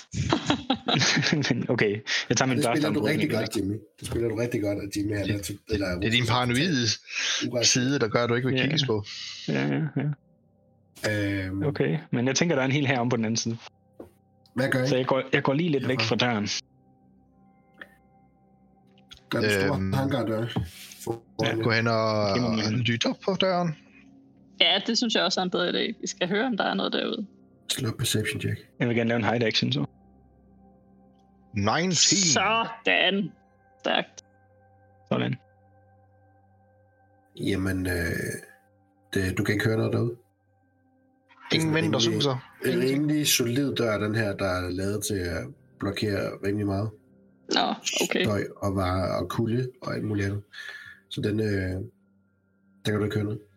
Men okay, jeg tager min blaster. Det spiller du rigtig godt, Jimmy. Det spiller du rigtig godt, at Jimmy er der til. Det er din paranoide side, der gør, at du ikke vil kigges på. Ja. Okay, men jeg tænker, der er en hel her om på den anden side. Hvad gør I? Så jeg går lige lidt væk fra døren. Gør den store hangardør. Gå hen og lytte op på døren. Ja, det synes jeg også er en bedre idé. Vi skal høre, om der er noget derude. Slå perception check. Jeg vil gerne lave en hide action, så. 19. Sådan. Stærkt. Sådan. Jamen, du kan ikke høre noget derude. Ingen venter suser. En rimelig solid dør, den her, der er lavet til at blokere rimelig meget. Nå, okay. Støj og varer og kulde og alt muligt andet. Så den, der kan du ikke høre noget.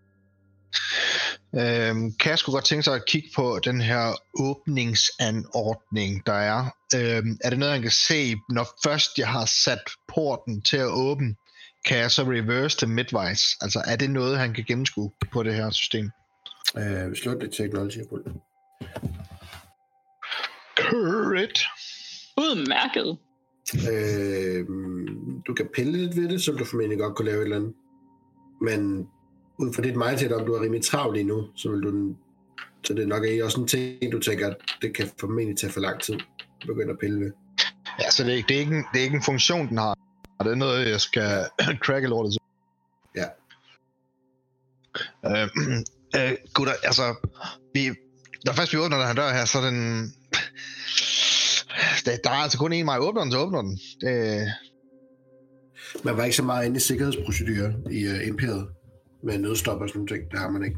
Kan jeg sgu godt tænke sig at kigge på den her åbningsanordning, der er. Er det noget, jeg kan se, når først jeg har sat porten til at åbne, kan jeg så reverse det midtvejs? Altså, er det noget, han kan gennemskue på det her system? Slå det technology på det. Hurrit. Udmærket. Du kan pille lidt ved det, som du formentlig godt kunne lave et eller andet. Men ud fra dit mindset, om du er rimelig travlt lige nu, så vil du... Så det er nok også en ting, du tænker, at det kan formentlig tage for lang tid at begynde at pille ved. Ja, så det er ikke en funktion, den har. Det er noget, jeg skal cracke lortet til. Ja. Gutter, altså... Når først vi åbner den her dør her, så er den... Der er altså kun en vej. Åbner den, så åbner den. Man var ikke så meget inde i sikkerhedsprocedurer i Imperiet. Med nødstop og sådan nogle ting. Det har man ikke.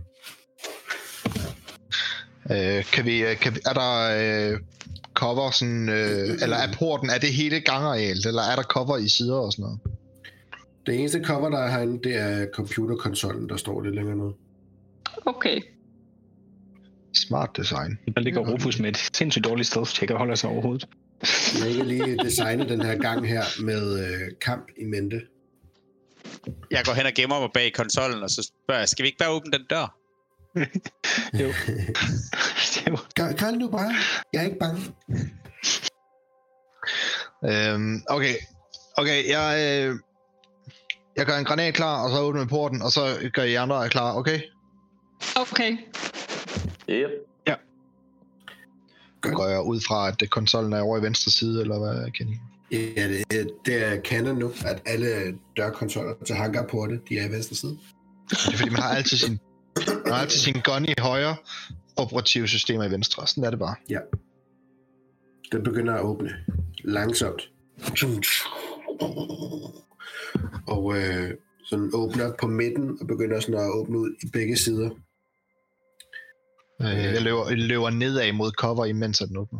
Er der cover sådan... eller er porten, er det hele gangarealt? Eller er der cover i sider og sådan noget? Det eneste cover, der er herinde, det er computerkonsollen, der står lidt længere nede. Okay. Smart design. Der ligger Rufus med et sindssygt dårligt stealth-check og holder sig overhovedet. Jeg ikke lige designet den her gang her med kamp i mente. Jeg går hen og gemmer mig bag konsollen, og så spørger jeg, skal vi ikke bare åbne den dør? Jo. Gør det nu bare. Jeg er ikke bange. Okay, jeg gør en granat klar, og så åbner vi porten, og så gør I andre klar, okay? Okay. Yep. Ja. Går jeg ud fra, at konsollen er over i venstre side, eller hvad, Kenny? Ja, det er canon nu, at alle dørkonsoller til hangarporte, de er i venstre side. Det er fordi, man har altid sin gun i højre, operative systemer i venstre. Sådan er det bare. Ja. Den begynder at åbne langsomt. Og sådan åbner på midten, og begynder sådan at åbne ud i begge sider. Jeg løber nedad mod cover, imens den åbner.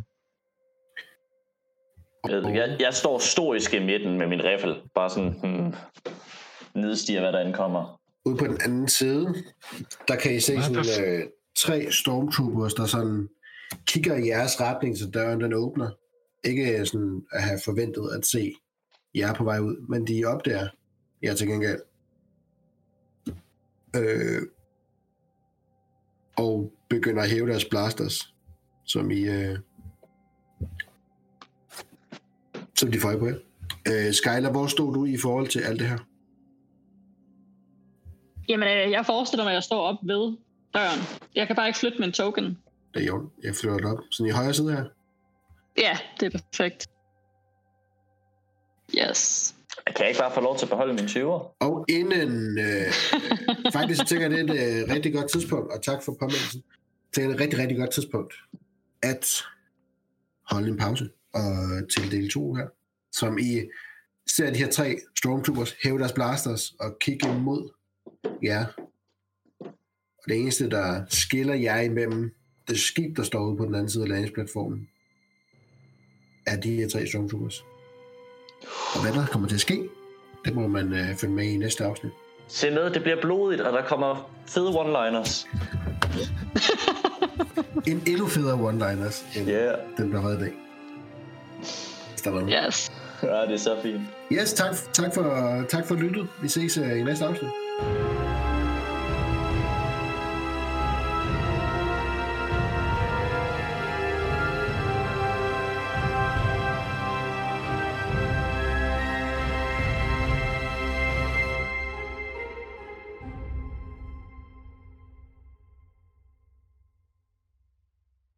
Jeg står stoisk i midten med min riffel. Bare sådan nedstiger, hvad der ankommer. Ude på den anden side, der kan I se sådan 3 stormtroopers, der sådan kigger i jeres retning, så døren den åbner. Ikke sådan at have forventet at se jer på vej ud, men de opdager jer til gengæld. Og begynder at hæve deres blasters, som de får på jer. Skyler, hvor stod du i forhold til alt det her? Jamen, jeg forestiller mig, at jeg står op ved døren. Jeg kan bare ikke flytte min token. Det er jo, jeg flytter det op. Sådan i højre side her? Ja, det er perfekt. Yes. Kan jeg ikke bare få lov til at beholde mine 20'er? Og inden... faktisk tænker jeg, det er et rigtig godt tidspunkt, og tak for påmindelsen. Det er et rigtig, rigtig godt tidspunkt at holde en pause og til del 2 her, som I ser de her 3 stormtroopers hæve deres blasters og kigge mod jer. Og det eneste, der skiller jer imellem det skib, der står ude på den anden side af landingsplatformen, er de her 3 stormtroopers. Og hvad der kommer til at ske, det må man følge med i næste afsnit. Se med, det bliver blodigt, og der kommer fede one-liners. En endnu federe one-liners, end den der var i dag. Yes. Ja, det er så fint. Yes, tak for lyttet. Vi ses i næste afsnit.